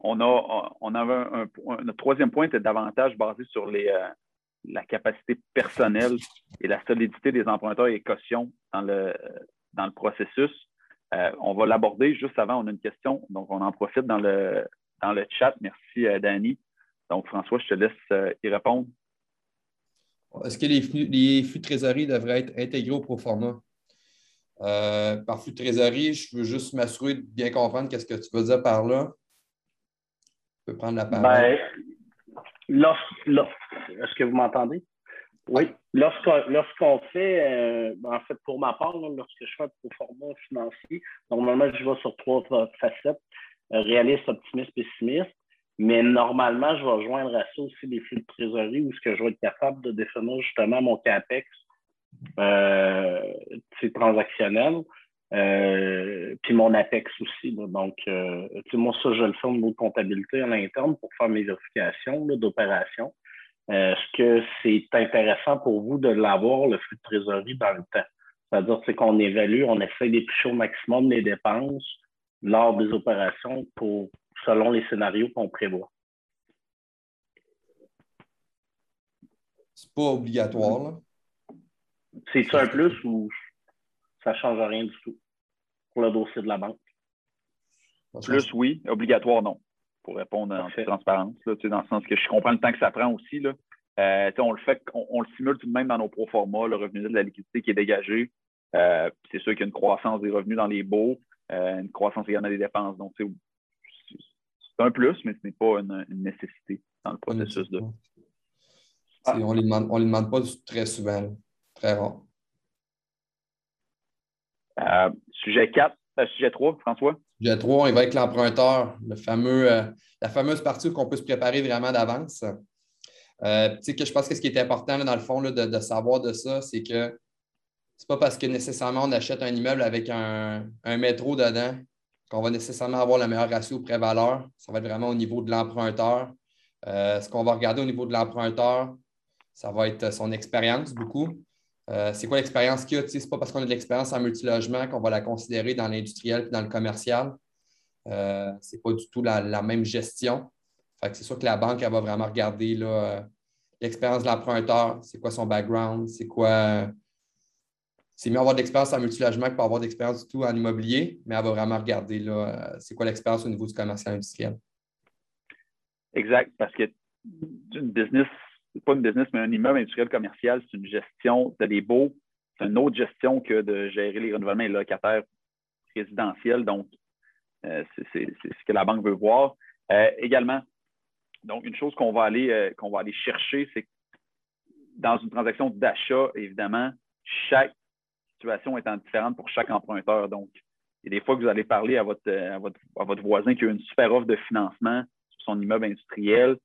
Notre troisième point était davantage basé sur la capacité personnelle et la solidité des emprunteurs et cautions dans le processus. On va l'aborder juste avant. On a une question, donc on en profite dans le chat. Merci, Danny. Donc, François, je te laisse y répondre. Est-ce que les flux de trésorerie devraient être intégrés au pro-forma? Par flux de trésorerie, je veux juste m'assurer de bien comprendre qu'est-ce que tu veux dire par là. Tu peux prendre la parole. Est-ce que vous m'entendez? Oui. Lorsqu'on fait, en fait, pour ma part, lorsque je fais un pro-forma financier, normalement, je vais sur 3 facettes, réaliste, optimiste, pessimiste. Mais normalement, je vais joindre à ça aussi des flux de trésorerie où je vais être capable de définir justement mon CAPEX transactionnel, puis mon APEX aussi. Là. Donc, moi, ça, je le fais au niveau de comptabilité à l'interne pour faire mes vérifications d'opération. Est-ce que c'est intéressant pour vous de l'avoir, le flux de trésorerie, dans le temps? C'est-à-dire qu'on évalue, on essaie d'éplucher au maximum les dépenses lors des opérations selon les scénarios qu'on prévoit. C'est pas obligatoire, là. C'est-tu un plus ou ça ne change rien du tout pour le dossier de la banque? Plus, oui. Obligatoire, non. Pour répondre en toute transparence, là, dans le sens que je comprends le temps que ça prend aussi. Là. On le fait, on le simule tout de même dans nos proformas, le revenu net de la liquidité qui est dégagé. C'est sûr qu'il y a une croissance des revenus dans les baux, une croissance également des dépenses. Donc, c'est un plus, mais ce n'est pas une nécessité dans le processus. On ne les demande pas très souvent, là. Très rare. Sujet 3, François. Sujet 3, on y va avec l'emprunteur, la fameuse partie qu'on peut se préparer vraiment d'avance. Je pense que ce qui est important, là, dans le fond, là, de savoir de ça, c'est que c'est pas parce que nécessairement on achète un immeuble avec un métro dedans qu'on va nécessairement avoir le meilleur ratio prêt-valeur. Ça va être vraiment au niveau de l'emprunteur. Ce qu'on va regarder au niveau de l'emprunteur, ça va être son expérience beaucoup. C'est quoi l'expérience qu'il y a? Ce n'est pas parce qu'on a de l'expérience en multilogement qu'on va la considérer dans l'industriel et dans le commercial. Ce n'est pas du tout la même gestion. C'est sûr que la banque, elle va vraiment regarder l'expérience de l'emprunteur, c'est quoi son background, c'est quoi. C'est mieux avoir de l'expérience en multilogement que pas avoir d'expérience du tout en immobilier, mais elle va vraiment regarder c'est quoi l'expérience au niveau du commercial industriel. Exact, parce que une business, c'est pas une business, mais un immeuble industriel commercial, c'est une gestion, tu as des baux, c'est une autre gestion que de gérer les renouvellements et locataires résidentiels. Donc, c'est ce que la banque veut voir. Également, donc, une chose qu'on va aller chercher, c'est que dans une transaction d'achat, évidemment, chaque situation étant différente pour chaque emprunteur. Donc, il y a des fois que vous allez parler à votre voisin qui a une super offre de financement sur son immeuble industriel,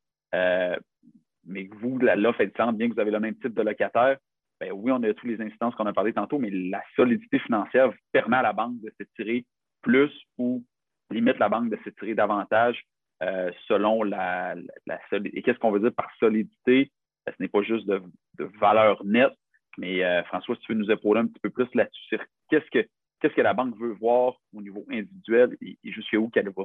mais que vous, l'offre est différente, bien que vous avez le même type de locataire. Bien, oui, on a toutes les incidences qu'on a parlé tantôt, mais la solidité financière permet à la banque de s'étirer plus ou limite la banque de s'étirer davantage selon la solidité. Et qu'est-ce qu'on veut dire par solidité? Ce n'est pas juste de valeur nette, mais François, si tu veux nous épauler un petit peu plus là-dessus, qu'est-ce que la banque veut voir au niveau individuel et jusqu'à où qu'elle va?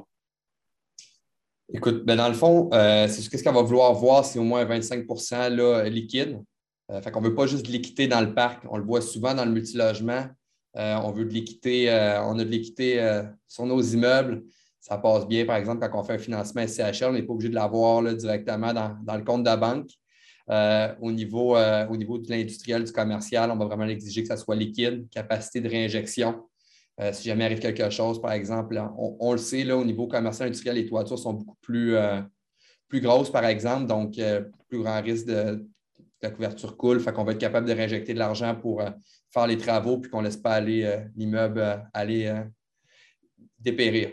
Écoute, dans le fond, qu'est-ce qu'elle va vouloir voir, c'est au moins 25 là, liquide. Fait qu'on ne veut pas juste de l'équité dans le parc. On le voit souvent dans le multilogement. On veut de l'équité, on a de l'équité sur nos immeubles. Ça passe bien, par exemple, quand on fait un financement SCHL, on n'est pas obligé de l'avoir directement dans le compte de la banque. Au niveau de l'industriel, du commercial, on va vraiment exiger que ça soit liquide, capacité de réinjection. Si jamais arrive quelque chose, par exemple, on le sait, là, au niveau commercial industriel, les toitures sont beaucoup plus grosses, par exemple, donc plus grand risque de la couverture coule. Fait qu'on va être capable de réinjecter de l'argent pour faire les travaux puis qu'on ne laisse pas l'immeuble aller dépérir.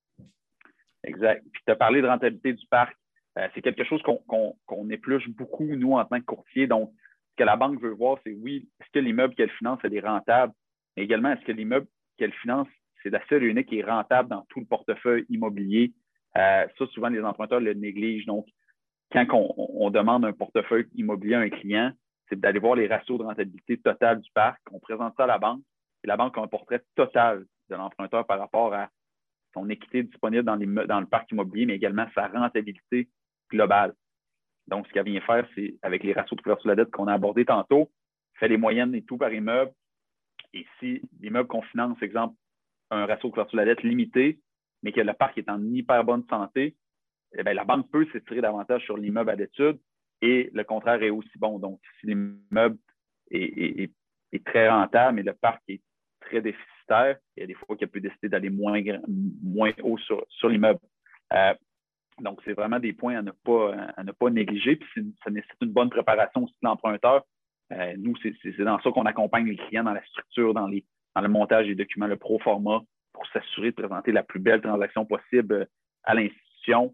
Exact. Puis tu as parlé de rentabilité du parc. C'est quelque chose qu'on épluche beaucoup, nous, en tant que courtier. Donc, ce que la banque veut voir, c'est oui, est-ce que l'immeuble qu'elle finance, elle est rentable? Mais également, est-ce que l'immeuble qu'elle finance, c'est la seule et unique qui est rentable dans tout le portefeuille immobilier? Ça, souvent, les emprunteurs le négligent. Donc, quand on demande un portefeuille immobilier à un client, c'est d'aller voir les ratios de rentabilité totale du parc. On présente ça à la banque et la banque a un portrait total de l'emprunteur par rapport à son équité disponible dans le parc immobilier, mais également sa rentabilité globale. Donc, ce qu'elle vient faire, c'est avec les ratios de couverture de la dette qu'on a abordés tantôt, fait les moyennes et tout par immeuble. Et si l'immeuble qu'on finance, exemple, un ratio de couverture de la dette limité, mais que le parc est en hyper bonne santé, eh bien, la banque peut s'étirer davantage sur l'immeuble à d'études et le contraire est aussi bon. Donc, si l'immeuble est très rentable, mais le parc est très déficitaire, il y a des fois qu'elle peut décider d'aller moins haut sur l'immeuble. Donc, c'est vraiment des points à ne pas négliger. Puis, ça nécessite une bonne préparation aussi de l'emprunteur. Nous, c'est dans ça qu'on accompagne les clients dans la structure, dans le montage des documents, le pro forma, pour s'assurer de présenter la plus belle transaction possible à l'institution.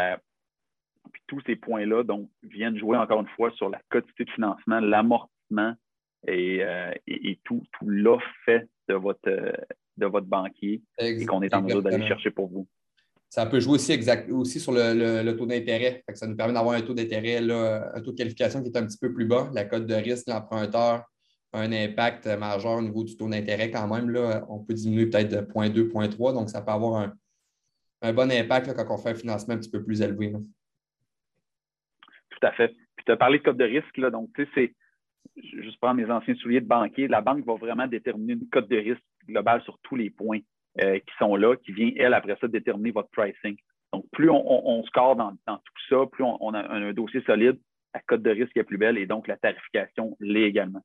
Puis tous ces points-là donc, viennent jouer encore une fois sur la quantité de financement, l'amortissement et tout l'offre fait de votre banquier et qu'on est en mesure d'aller chercher pour vous. Ça peut jouer aussi sur le taux d'intérêt. Ça nous permet d'avoir un taux d'intérêt, un taux de qualification qui est un petit peu plus bas. La cote de risque de l'emprunteur a un impact majeur au niveau du taux d'intérêt quand même. Là, on peut diminuer peut-être de 0,2, 0,3. Donc, ça peut avoir un bon impact là, quand on fait un financement un petit peu plus élevé. Là. Tout à fait. Puis tu as parlé de cote de risque, là, donc tu sais, c'est juste prendre mes anciens souliers de banquier, la banque va vraiment déterminer une cote de risque globale sur tous les points qui sont là, qui vient, elle, après ça, déterminer votre pricing. Donc, plus on score dans tout ça, plus on a un dossier solide, la cote de risque est plus belle et donc la tarification l'est également.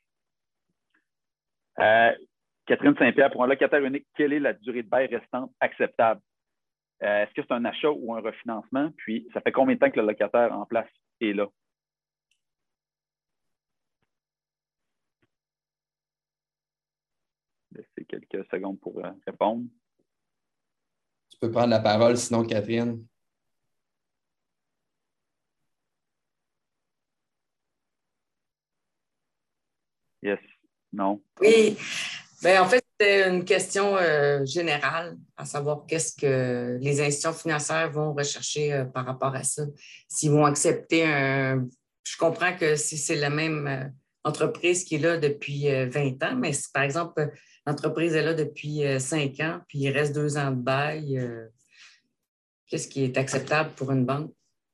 Catherine Saint-Pierre, pour un locataire unique, quelle est la durée de bail restante acceptable? Est-ce que c'est un achat ou un refinancement? Puis, ça fait combien de temps que le locataire en place est là? Laissez quelques secondes pour répondre. Tu peux prendre la parole, sinon, Catherine. Yes. Non. Oui. Bien, en fait, c'était une question générale, à savoir qu'est-ce que les institutions financières vont rechercher par rapport à ça. S'ils vont accepter un... Je comprends que si c'est la même entreprise qui est là depuis 20 ans, mais si, par exemple, l'entreprise est là depuis 5 ans, puis il reste 2 ans de bail, qu'est-ce qui est acceptable pour une banque?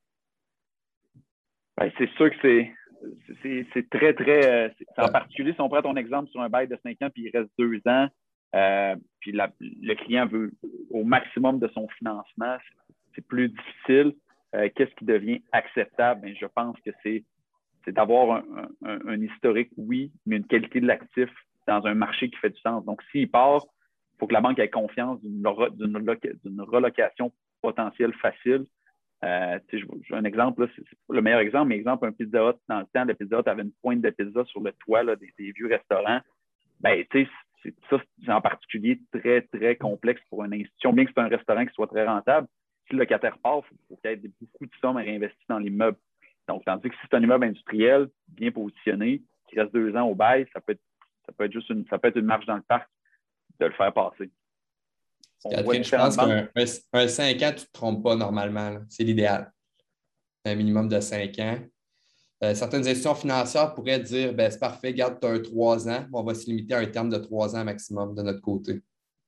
Bien, c'est sûr que c'est très, très... en particulier, si on prend ton exemple sur un bail de 5 ans puis il reste 2 ans, puis le client veut au maximum de son financement, c'est plus difficile. Qu'est-ce qui devient acceptable? Bien, je pense que c'est d'avoir un historique, oui, mais une qualité de l'actif dans un marché qui fait du sens. Donc, s'il part, il faut que la banque ait confiance d'une relocation potentielle facile. J'ai un exemple, là, c'est pas le meilleur exemple, mais exemple, un Pizza Hut, dans le temps, le Pizza Hut avait une pointe de pizza sur le toit là, des vieux restaurants. Ben, ça, c'est en particulier très, très complexe pour une institution, bien que c'est un restaurant qui soit très rentable. Si le locataire part, il faut qu'il y ait beaucoup de sommes réinvesties dans l'immeuble. Donc, tandis que si c'est un immeuble industriel bien positionné, qui reste 2 ans au bail, ça peut être juste une marche dans le parc de le faire passer. Catherine, je pense qu'un 5 ans, tu ne te trompes pas normalement. C'est l'idéal. Un minimum de 5 ans. Certaines institutions financières pourraient dire ben, c'est parfait, garde, tu as un 3 ans. On va se limiter à un terme de 3 ans maximum de notre côté.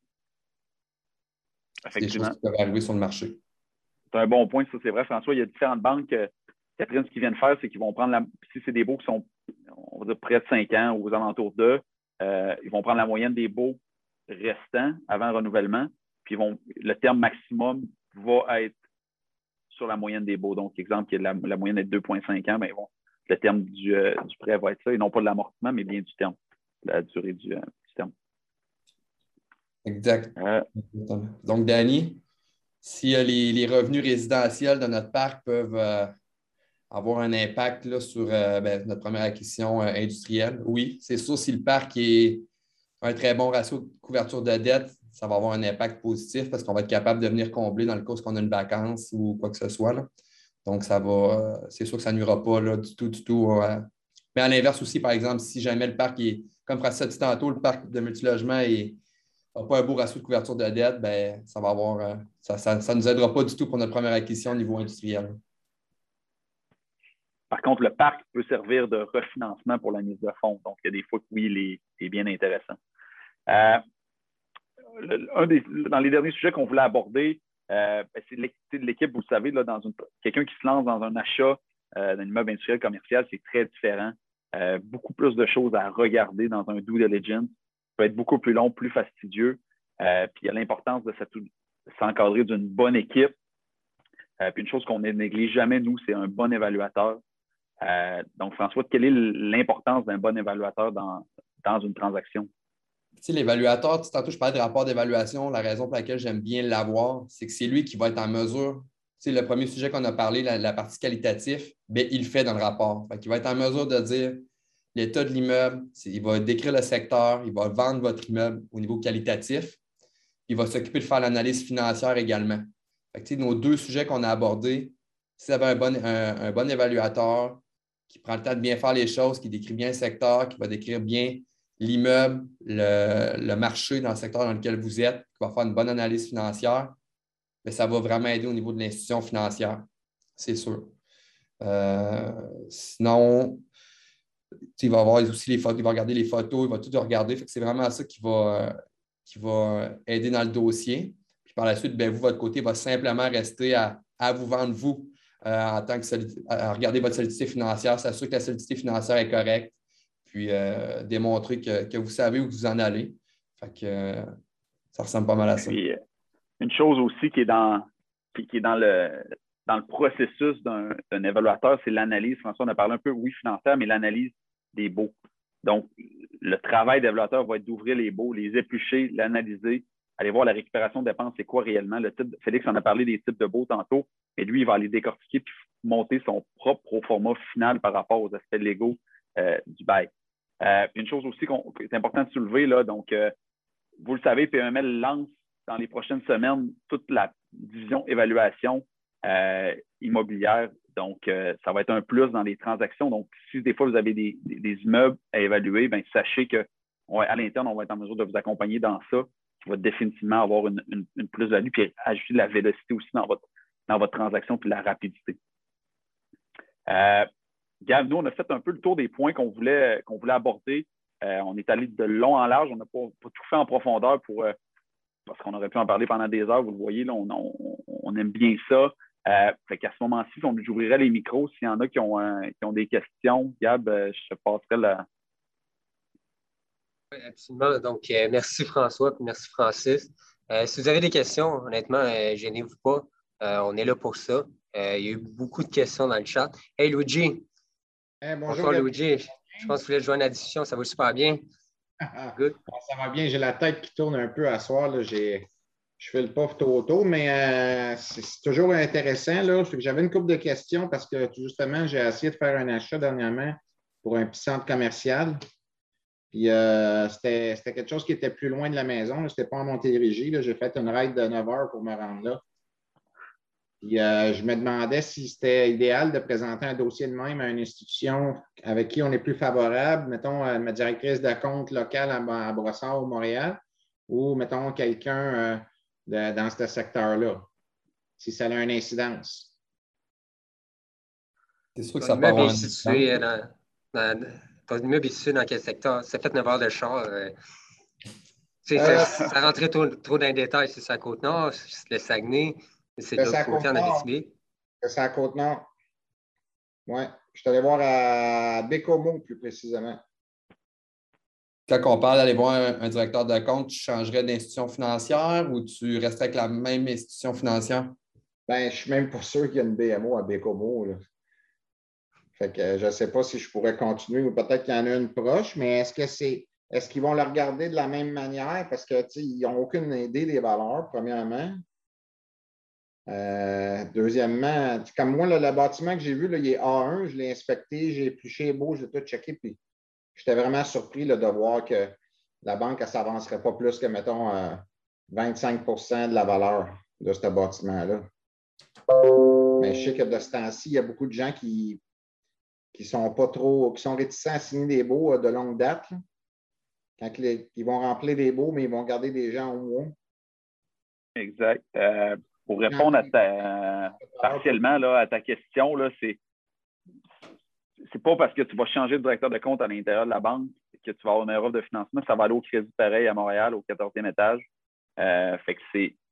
C'est des choses qui peuvent arriver sur le marché. C'est un bon point, ça, c'est vrai, François. Il y a différentes banques. Catherine, ce qu'ils viennent faire, c'est qu'ils vont prendre si c'est des baux qui sont, on va dire, près de 5 ans ou aux alentours d'eux, ils vont prendre la moyenne des baux restants avant renouvellement, puis le terme maximum va être sur la moyenne des baux. Donc, exemple, la moyenne est de 2,5 ans, mais bon, le terme du prêt va être ça, et non pas de l'amortissement, mais bien du terme, la durée du terme. Exact. Donc, Danny, si les revenus résidentiels de notre parc peuvent avoir un impact là, sur notre première acquisition industrielle, oui, c'est sûr, si le parc est un très bon ratio de couverture de dette, ça va avoir un impact positif parce qu'on va être capable de venir combler dans le cas où on a une vacance ou quoi que ce soit. Là. Donc, c'est sûr que ça n'ira pas là, du tout. Mais à l'inverse aussi, par exemple, si jamais le parc est, comme Francis a dit tantôt, le parc de multilogement n'a pas un beau ratio de couverture de dette, ben, ça va avoir ça ne nous aidera pas du tout pour notre première acquisition au niveau industriel. Par contre, le parc peut servir de refinancement pour la mise de fonds. Donc, il y a des fois que oui, il est bien intéressant. Dans les derniers sujets qu'on voulait aborder, c'est l'équipe, vous le savez, là, quelqu'un qui se lance dans un achat d'un immeuble industriel commercial, c'est très différent. Beaucoup plus de choses à regarder dans un due diligence. Ça peut être beaucoup plus long, plus fastidieux. Puis il y a l'importance de s'encadrer d'une bonne équipe. Puis une chose qu'on ne néglige jamais, nous, c'est un bon évaluateur. Donc, François, quelle est l'importance d'un bon évaluateur dans une transaction? Tu sais, l'évaluateur, tantôt, je parlais de rapport d'évaluation. La raison pour laquelle j'aime bien l'avoir, c'est que c'est lui qui va être en mesure. Tu sais, le premier sujet qu'on a parlé, la partie qualitative, bien, il le fait dans le rapport. Il va être en mesure de dire l'état de l'immeuble, il va décrire le secteur, il va vendre votre immeuble au niveau qualitatif, il va s'occuper de faire l'analyse financière également. Fait que, tu sais, nos 2 sujets qu'on a abordés, si vous avez un bon évaluateur qui prend le temps de bien faire les choses, qui décrit bien le secteur, qui va décrire bien l'immeuble, le marché dans le secteur dans lequel vous êtes, qui va faire une bonne analyse financière, bien, ça va vraiment aider au niveau de l'institution financière, c'est sûr. Sinon, il va avoir aussi les photos, il va regarder les photos, il va tout regarder. Fait que c'est vraiment ça qui va aider dans le dossier. Puis par la suite, bien, vous, votre côté, va simplement rester à vous vendre, vous, en tant que à regarder votre solidité financière, s'assurer que la solidité financière est correcte, puis démontrer que vous savez où vous en allez. Fait que ça ressemble pas mal à ça. Puis, une chose aussi qui est dans le processus d'un évaluateur, c'est l'analyse. François, on a parlé un peu, oui, financière, mais l'analyse des baux. Donc, le travail d'évaluateur va être d'ouvrir les baux, les éplucher, l'analyser, aller voir la récupération de dépenses, c'est quoi réellement. Félix en a parlé des types de baux tantôt, mais lui, il va aller décortiquer puis monter son propre proforma final par rapport aux aspects légaux du bail. Une chose aussi qui est important de soulever, là, donc, vous le savez, PML lance dans les prochaines semaines toute la division évaluation immobilière. Donc, ça va être un plus dans les transactions. Donc, si des fois vous avez des immeubles à évaluer, bien, sachez qu'à l'interne, on va être en mesure de vous accompagner dans ça, qui va définitivement avoir une plus-value, puis ajouter de la vélocité aussi dans votre transaction, puis la rapidité. Gab, nous, on a fait un peu le tour des points qu'on voulait aborder. On est allé de long en large. On n'a pas tout fait en profondeur parce qu'on aurait pu en parler pendant des heures. Vous le voyez, là, on aime bien ça. Fait qu'à ce moment-ci, j'ouvrirai les micros. S'il y en a qui ont des questions, Gab, je te passerai la... Oui, absolument. Donc, merci François et merci Francis. Si vous avez des questions, honnêtement, gênez-vous pas. On est là pour ça. Il y a eu beaucoup de questions dans le chat. Hey, Luigi. Bonjour, Luigi. Je pense que vous voulez joindre la discussion. Ça va super bien. Good. Ça va bien. J'ai la tête qui tourne un peu à soir. Là. Je fais le pas tôt, mais c'est toujours intéressant. Là. J'avais une couple de questions parce que justement, j'ai essayé de faire un achat dernièrement pour un petit centre commercial. Puis c'était quelque chose qui était plus loin de la maison. Ce n'était pas en Montérégie. J'ai fait une ride de 9 heures pour me rendre là. Puis, je me demandais si c'était idéal de présenter un dossier de même à une institution avec qui on est plus favorable, mettons ma directrice de compte locale à Brossard ou Montréal, ou mettons quelqu'un dans ce secteur-là, si ça a une incidence. C'est sûr que ça peut avoir ton immeuble est situé dans quel secteur? Ça fait 9 heures de char. Ça rentrait trop dans les détails. C'est la Côte-Nord, c'est le Saguenay. C'est de l'autre côté en Abitibi. C'est à Côte-Nord. Oui. Je suis allé voir à Bécomo, plus précisément. Quand on parle d'aller voir un directeur de compte, tu changerais d'institution financière ou tu resterais avec la même institution financière? Bien, je ne suis même pas sûr qu'il y a une BMO à Bécomo. Là. Fait que je ne sais pas si je pourrais continuer ou peut-être qu'il y en a une proche, mais est-ce qu'ils vont le regarder de la même manière? Parce qu'ils n'ont aucune idée des valeurs, premièrement. Deuxièmement, comme moi, le bâtiment que j'ai vu, là, il est A1, je l'ai inspecté, j'ai épluché les beaux, j'ai tout checké, puis j'étais vraiment surpris là, de voir que la banque ne s'avancerait pas plus que, mettons, 25 de la valeur de ce bâtiment-là. Mais je sais que de ce temps-ci, il y a beaucoup de gens qui sont réticents à signer des baux de longue date. Là. Quand ils vont remplir des baux, mais ils vont garder des gens au moins. Exact. Pour répondre partiellement là, à ta question, là, c'est pas parce que tu vas changer de directeur de compte à l'intérieur de la banque que tu vas avoir une erreur de financement. Ça va aller au crédit pareil à Montréal, au 14e étage. Fait que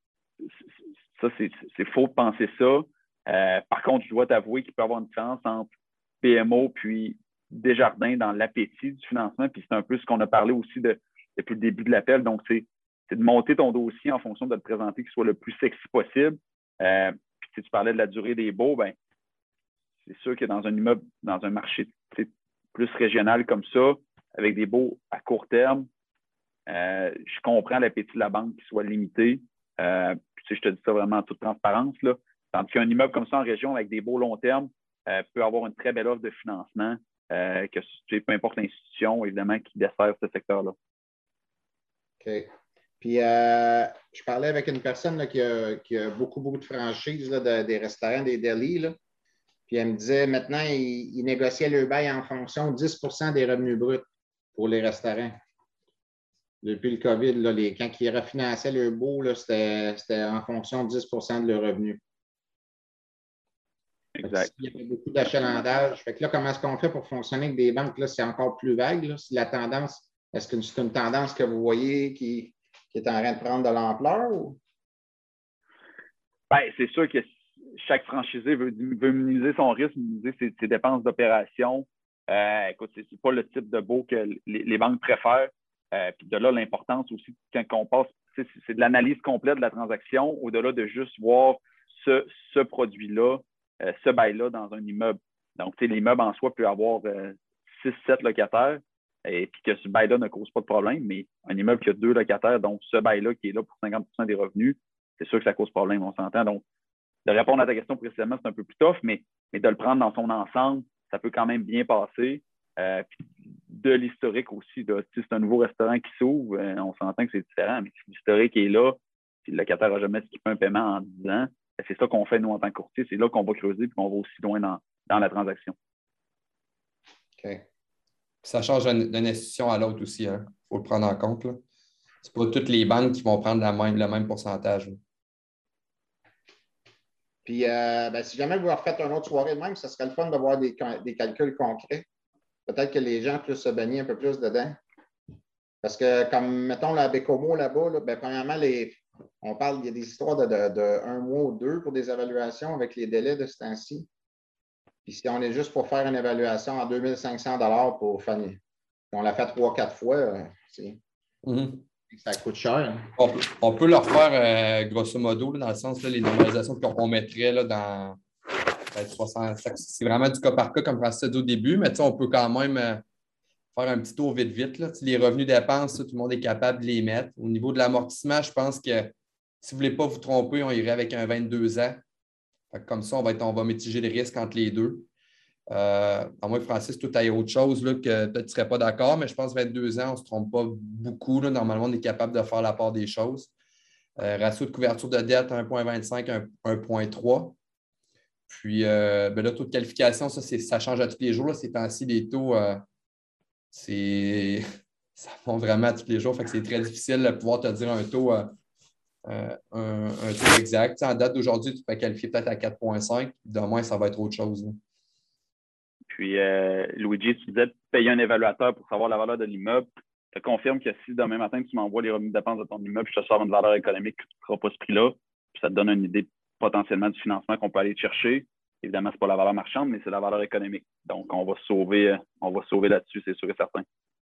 c'est faux de penser ça. Par contre, je dois t'avouer qu'il peut y avoir une différence entre PMO puis Desjardins dans l'appétit du financement. Puis c'est un peu ce qu'on a parlé aussi depuis le début de l'appel. Donc, c'est de monter ton dossier en fonction de le présenter qui soit le plus sexy possible. Puis si tu parlais de la durée des baux, ben c'est sûr que dans un immeuble, dans un marché plus régional comme ça, avec des baux à court terme, je comprends l'appétit de la banque qui soit limité. Puis je te dis ça vraiment en toute transparence. Là. Tandis qu'un immeuble comme ça en région avec des baux long terme peut avoir une très belle offre de financement, peu importe l'institution, évidemment, qui dessert ce secteur-là. OK. Puis, je parlais avec une personne là, qui a beaucoup de franchises là, des restaurants, des delis. Là. Puis, elle me disait, maintenant, ils négociaient le bail en fonction de 10 des revenus bruts pour les restaurants. Depuis le COVID, là, quand ils refinançaient le beau, c'était en fonction de 10 de leurs revenus. Exact. Il y avait beaucoup d'achalandage. Fait que là, comment est-ce qu'on fait pour fonctionner avec des banques? Là, c'est encore plus vague. Là. Si la tendance, est-ce que c'est une tendance que vous voyez qui est en train de prendre de l'ampleur? Ou? Bien, c'est sûr que chaque franchisé veut minimiser son risque, minimiser ses dépenses d'opération. Écoute, c'est pas le type de baux que les banques préfèrent. Puis de là, l'importance aussi, quand on passe, c'est de l'analyse complète de la transaction, au-delà de juste voir ce produit-là, ce bail-là dans un immeuble. Donc, l'immeuble en soi peut avoir 6-7 locataires et puis que ce bail-là ne cause pas de problème, mais un immeuble qui a 2 locataires, donc ce bail-là qui est là pour 50% des revenus, c'est sûr que ça cause problème, on s'entend. Donc, de répondre à ta question précisément, c'est un peu plus tough, mais de le prendre dans son ensemble, ça peut quand même bien passer. Puis de l'historique aussi, si c'est un nouveau restaurant qui s'ouvre, on s'entend que c'est différent, mais si l'historique est là, si le locataire n'a jamais skippé un paiement en 10 ans, c'est ça qu'on fait, nous, en tant que courtier. C'est là qu'on va creuser et qu'on va aussi loin dans la transaction. OK. Ça change d'une institution à l'autre aussi, hein. Il faut le prendre en compte. Ce n'est pas toutes les banques qui vont prendre le même pourcentage. Là. Puis, si jamais vous refaites une autre soirée de même, ce serait le fun d'avoir des calculs concrets. Peut-être que les gens puissent se baigner un peu plus dedans. Parce que, comme, mettons, la Bécomo là-bas, premièrement, on parle, il y a des histoires de 1 mois ou 2 pour des évaluations avec les délais de ce temps-ci. Puis, si on est juste pour faire une évaluation à 2 500 $ pour Fanny, on l'a fait 3-4 fois, ça coûte cher. On peut le refaire grosso modo, là, dans le sens, là, les normalisations qu'on mettrait là, dans 300. C'est vraiment du cas par cas, comme Francis a dit au début, mais on peut quand même faire un petit tour vite. Là. Les revenus dépenses, tout le monde est capable de les mettre. Au niveau de l'amortissement, je pense que si vous ne voulez pas vous tromper, on irait avec un 22 ans. Comme ça, on va mitiger les risques entre les deux. À moins que Francis, tout aille autre chose, là, que peut-être tu ne serais pas d'accord, mais je pense que 22 ans, on ne se trompe pas beaucoup. Là. Normalement, on est capable de faire la part des choses. Ratio de couverture de dette, 1,25, 1,3. Puis, le taux de qualification, ça change à tous les jours. Là. Ces temps-ci, les taux, ça fond vraiment à tous les jours. Fait que c'est très difficile de pouvoir te dire un taux, un taux exact. En date d'aujourd'hui, tu peux qualifier peut-être à 4,5. Demain, ça va être autre chose. Là. Puis, Luigi, tu disais de payer un évaluateur pour savoir la valeur de l'immeuble. Je te confirme que si demain matin, tu m'envoies les revenus de dépenses de ton immeuble, je te sors une valeur économique que tu ne feras pas ce prix-là. Puis ça te donne une idée potentiellement du financement qu'on peut aller chercher. Évidemment, ce n'est pas la valeur marchande, mais c'est la valeur économique. Donc, on va sauver là-dessus, c'est sûr et certain.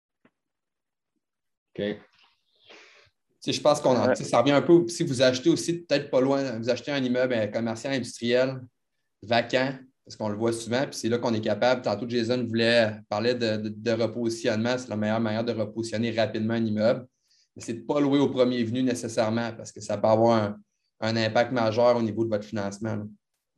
OK. Je pense ça revient un peu, si vous achetez aussi, peut-être pas loin, vous achetez un immeuble commercial industriel vacant, parce qu'on le voit souvent, puis c'est là qu'on est capable. Tantôt, Jason parlait de repositionnement. C'est la meilleure manière de repositionner rapidement un immeuble. Mais c'est de ne pas louer au premier venu nécessairement, parce que ça peut avoir un impact majeur au niveau de votre financement. Là.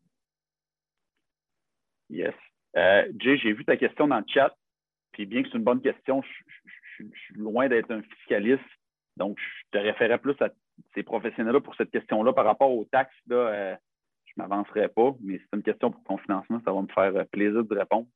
Yes. Jay, j'ai vu ta question dans le chat. Puis bien que c'est une bonne question, je suis loin d'être un fiscaliste. Donc, je te référais plus à ces professionnels-là pour cette question-là par rapport aux taxes. Là, je ne m'avancerai pas, mais c'est une question pour ton financement. Ça va me faire plaisir de répondre.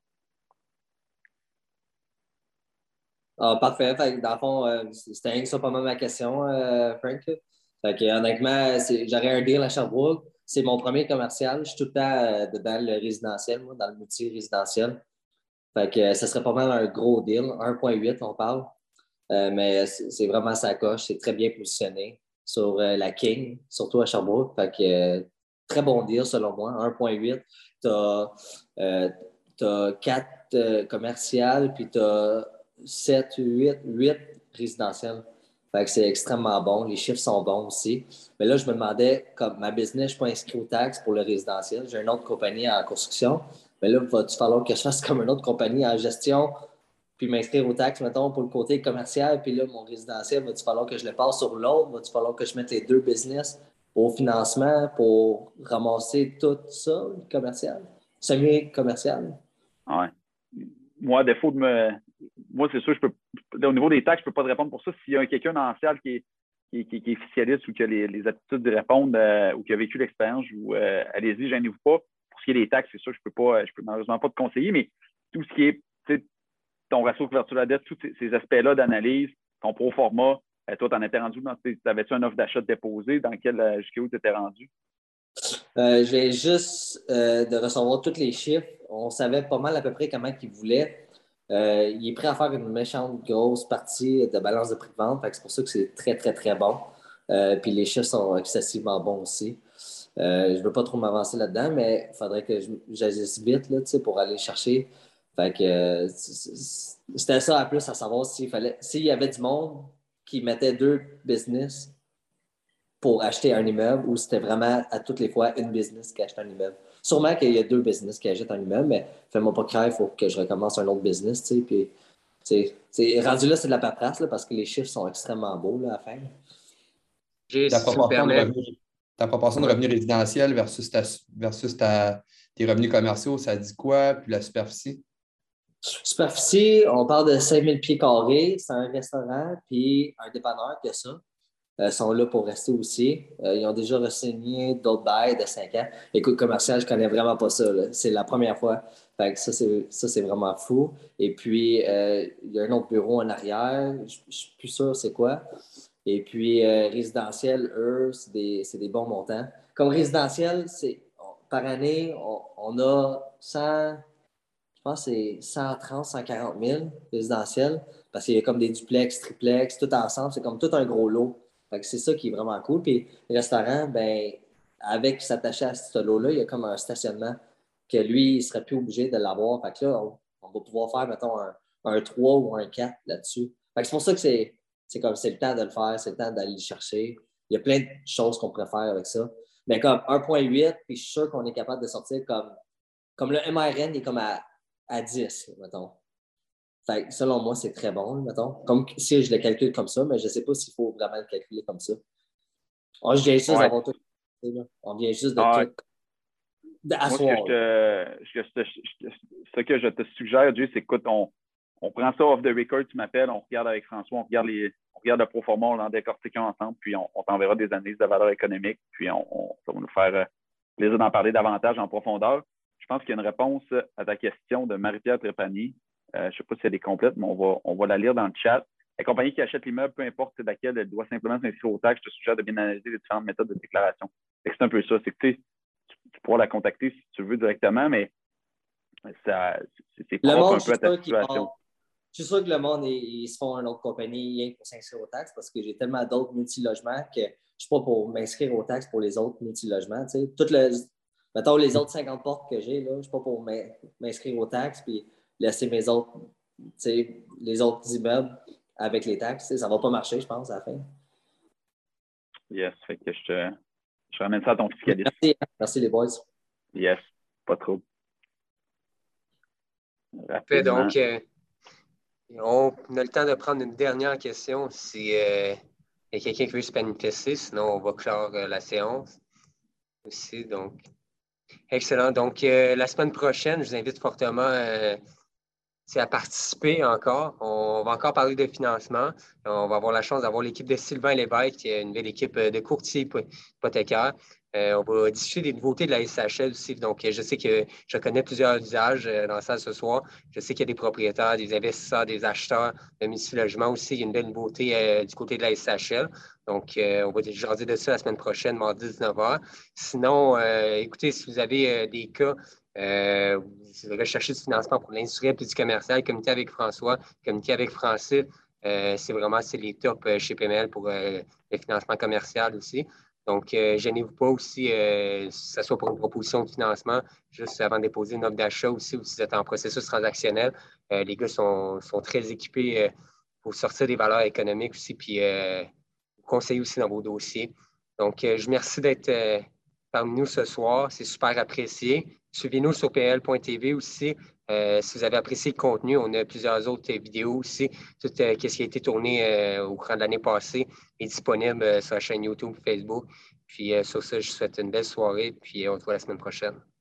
Parfait. Fait que dans le fond, c'était rien que ça pas mal ma question, Frank. Fait que, honnêtement, j'aurais un deal à Sherbrooke. C'est mon premier commercial. Je suis tout le temps dans le résidentiel, moi, dans le multi-résidentiel. Fait que ça serait pas mal un gros deal. 1,8, on parle. Mais c'est vraiment sa coche. C'est très bien positionné sur la King, surtout à Sherbrooke. Fait que très bon deal, selon moi. 1,8. Tu as 4 commerciales, puis tu as 7, 8 résidentiels. Fait que c'est extrêmement bon. Les chiffres sont bons aussi. Mais là, je me demandais, comme ma business, je ne suis pas inscrit aux taxes pour le résidentiel. J'ai une autre compagnie en construction. Mais là, il va-tu falloir que je fasse comme une autre compagnie en gestion, puis m'inscrire aux taxes, mettons, pour le côté commercial, puis là, mon résidentiel, va-tu falloir que je le passe sur l'autre? Va-tu falloir que je mette les 2 business au financement pour ramasser tout ça, le commercial, semi-commercial? Ouais. Moi, à défaut de Moi, c'est sûr, au niveau des taxes, je ne peux pas te répondre pour ça. S'il y a quelqu'un dans la salle qui est fiscaliste ou qui a les aptitudes de répondre ou qui a vécu l'expérience, allez-y, gênez-vous pas. Pour ce qui est des taxes, c'est sûr, je peux malheureusement pas te conseiller, mais tout ce qui est ton ratio de couverture de la dette, tous ces aspects-là d'analyse, ton pro forma, toi, tu en étais rendu t'avais-tu une offre d'achat déposée jusqu'à où tu étais rendu? Je viens juste de recevoir tous les chiffres. On savait pas mal à peu près comment il voulait. Il est prêt à faire une méchante grosse partie de balance de prix de vente. C'est pour ça que c'est très, très, très bon. Puis les chiffres sont excessivement bons aussi. Je ne veux pas trop m'avancer là-dedans, mais il faudrait que j'agisse vite là, pour aller chercher. Fait que c'était ça à plus à savoir s'il y avait du monde qui mettait 2 business pour acheter un immeuble ou c'était vraiment à toutes les fois une business qui achète un immeuble. Sûrement qu'il y a 2 business qui achètent un immeuble, mais fais-moi pas croire, il faut que je recommence un autre business, tu sais. Puis, rendu là, c'est de la paperasse, là, parce que les chiffres sont extrêmement beaux là, à faire. Ta proportion de revenus résidentiels versus tes revenus commerciaux, ça dit quoi? Puis la superficie? Superficie, on parle de 5000 pieds carrés, c'est un restaurant, puis un dépanneur qui a ça. Sont là pour rester aussi. Ils ont déjà re-signé d'autres bails de 5 ans. Écoute, commercial, je ne connais vraiment pas ça. Là. C'est la première fois. Fait que ça, c'est vraiment fou. Et puis, il y a un autre bureau en arrière. Je ne suis plus sûr c'est quoi. Et puis, résidentiel, eux, c'est des bons montants. Comme résidentiel, par année, on a 100, je pense que c'est 130, 140 000 résidentiels. Parce qu'il y a comme des duplex, triplex, tout ensemble. C'est comme tout un gros lot. Fait que c'est ça qui est vraiment cool. Puis le restaurant, ben, avec s'attacher à ce lot-là, il y a comme un stationnement que lui, il ne serait plus obligé de l'avoir. Fait que là, on va pouvoir faire, mettons, un 3 ou un 4 là-dessus. Fait que c'est pour ça que c'est le temps de le faire, c'est le temps d'aller le chercher. Il y a plein de choses qu'on pourrait faire avec ça. Mais comme 1,8, puis je suis sûr qu'on est capable de sortir comme le MRN, il est comme à 10, mettons. Fait que selon moi, c'est très bon, mettons. Comme si je le calcule comme ça, mais je ne sais pas s'il faut vraiment le calculer comme ça. On vient juste d'avoir tout. On vient juste de tout. D'asseoir. Ce que je te suggère, Jay, c'est qu'écoute, on prend ça off the record, tu m'appelles, on regarde avec François, on regarde le pro forma, on en décortique ensemble, puis on t'enverra des analyses de valeur économique, puis ça va nous faire plaisir d'en parler davantage en profondeur. Je pense qu'il y a une réponse à ta question de Marie-Pierre Trépanier. Je ne sais pas si elle est complète, mais on va la lire dans le chat. La compagnie qui achète l'immeuble, peu importe laquelle, elle doit simplement s'inscrire aux taxes. Je te suggère de bien analyser les différentes méthodes de déclaration. C'est un peu ça. C'est que tu pourras la contacter si tu veux directement, mais c'est propre un peu à ta situation. Je suis sûr que le monde, ils se font une autre compagnie pour s'inscrire aux taxes parce que j'ai tellement d'autres multilogements que je ne suis pas pour m'inscrire aux taxes pour les autres multilogements. Mettons les autres 50 portes que j'ai, je ne suis pas pour m'inscrire aux taxes puis laisser les autres immeubles avec les taxes. Ça ne va pas marcher, je pense, à la fin. Yes, fait que je ramène ça à ton fiscaliste. Merci les boys. Yes, pas trop. Rapidement. Donc, on a le temps de prendre une dernière question si il y a quelqu'un qui veut se manifester, sinon on va clore la séance aussi. Donc, excellent. Donc, la semaine prochaine, je vous invite fortement à participer encore. On va encore parler de financement. On va avoir la chance d'avoir l'équipe de Sylvain Lévesque, qui est une belle équipe de courtiers hypothécaires. On va discuter des nouveautés de la SHL aussi. Donc, je sais que je connais plusieurs usages dans la salle ce soir. Je sais qu'il y a des propriétaires, des investisseurs, des acheteurs de multilogement aussi. Il y a une belle nouveauté du côté de la SHL. Donc, on va jaser de ça la semaine prochaine, mardi 19h. Sinon, écoutez, si vous avez des cas, vous recherchez du financement pour l'industriel et du commercial, communiquer avec François, communiquer avec Francis. C'est les tops chez PML pour le financement commercial aussi. Donc, gênez-vous pas aussi, que ce soit pour une proposition de financement, juste avant de déposer une offre d'achat aussi, ou si vous êtes en processus transactionnel. Les gars sont très équipés pour sortir des valeurs économiques aussi, puis vous conseiller aussi dans vos dossiers. Donc, je vous remercie d'être parmi nous ce soir. C'est super apprécié. Suivez-nous sur pl.tv aussi. Si vous avez apprécié le contenu, on a plusieurs autres vidéos aussi. Tout ce qui a été tourné au cours de l'année passée est disponible sur la chaîne YouTube, Facebook. Puis sur ça, je vous souhaite une belle soirée. Puis on se voit la semaine prochaine.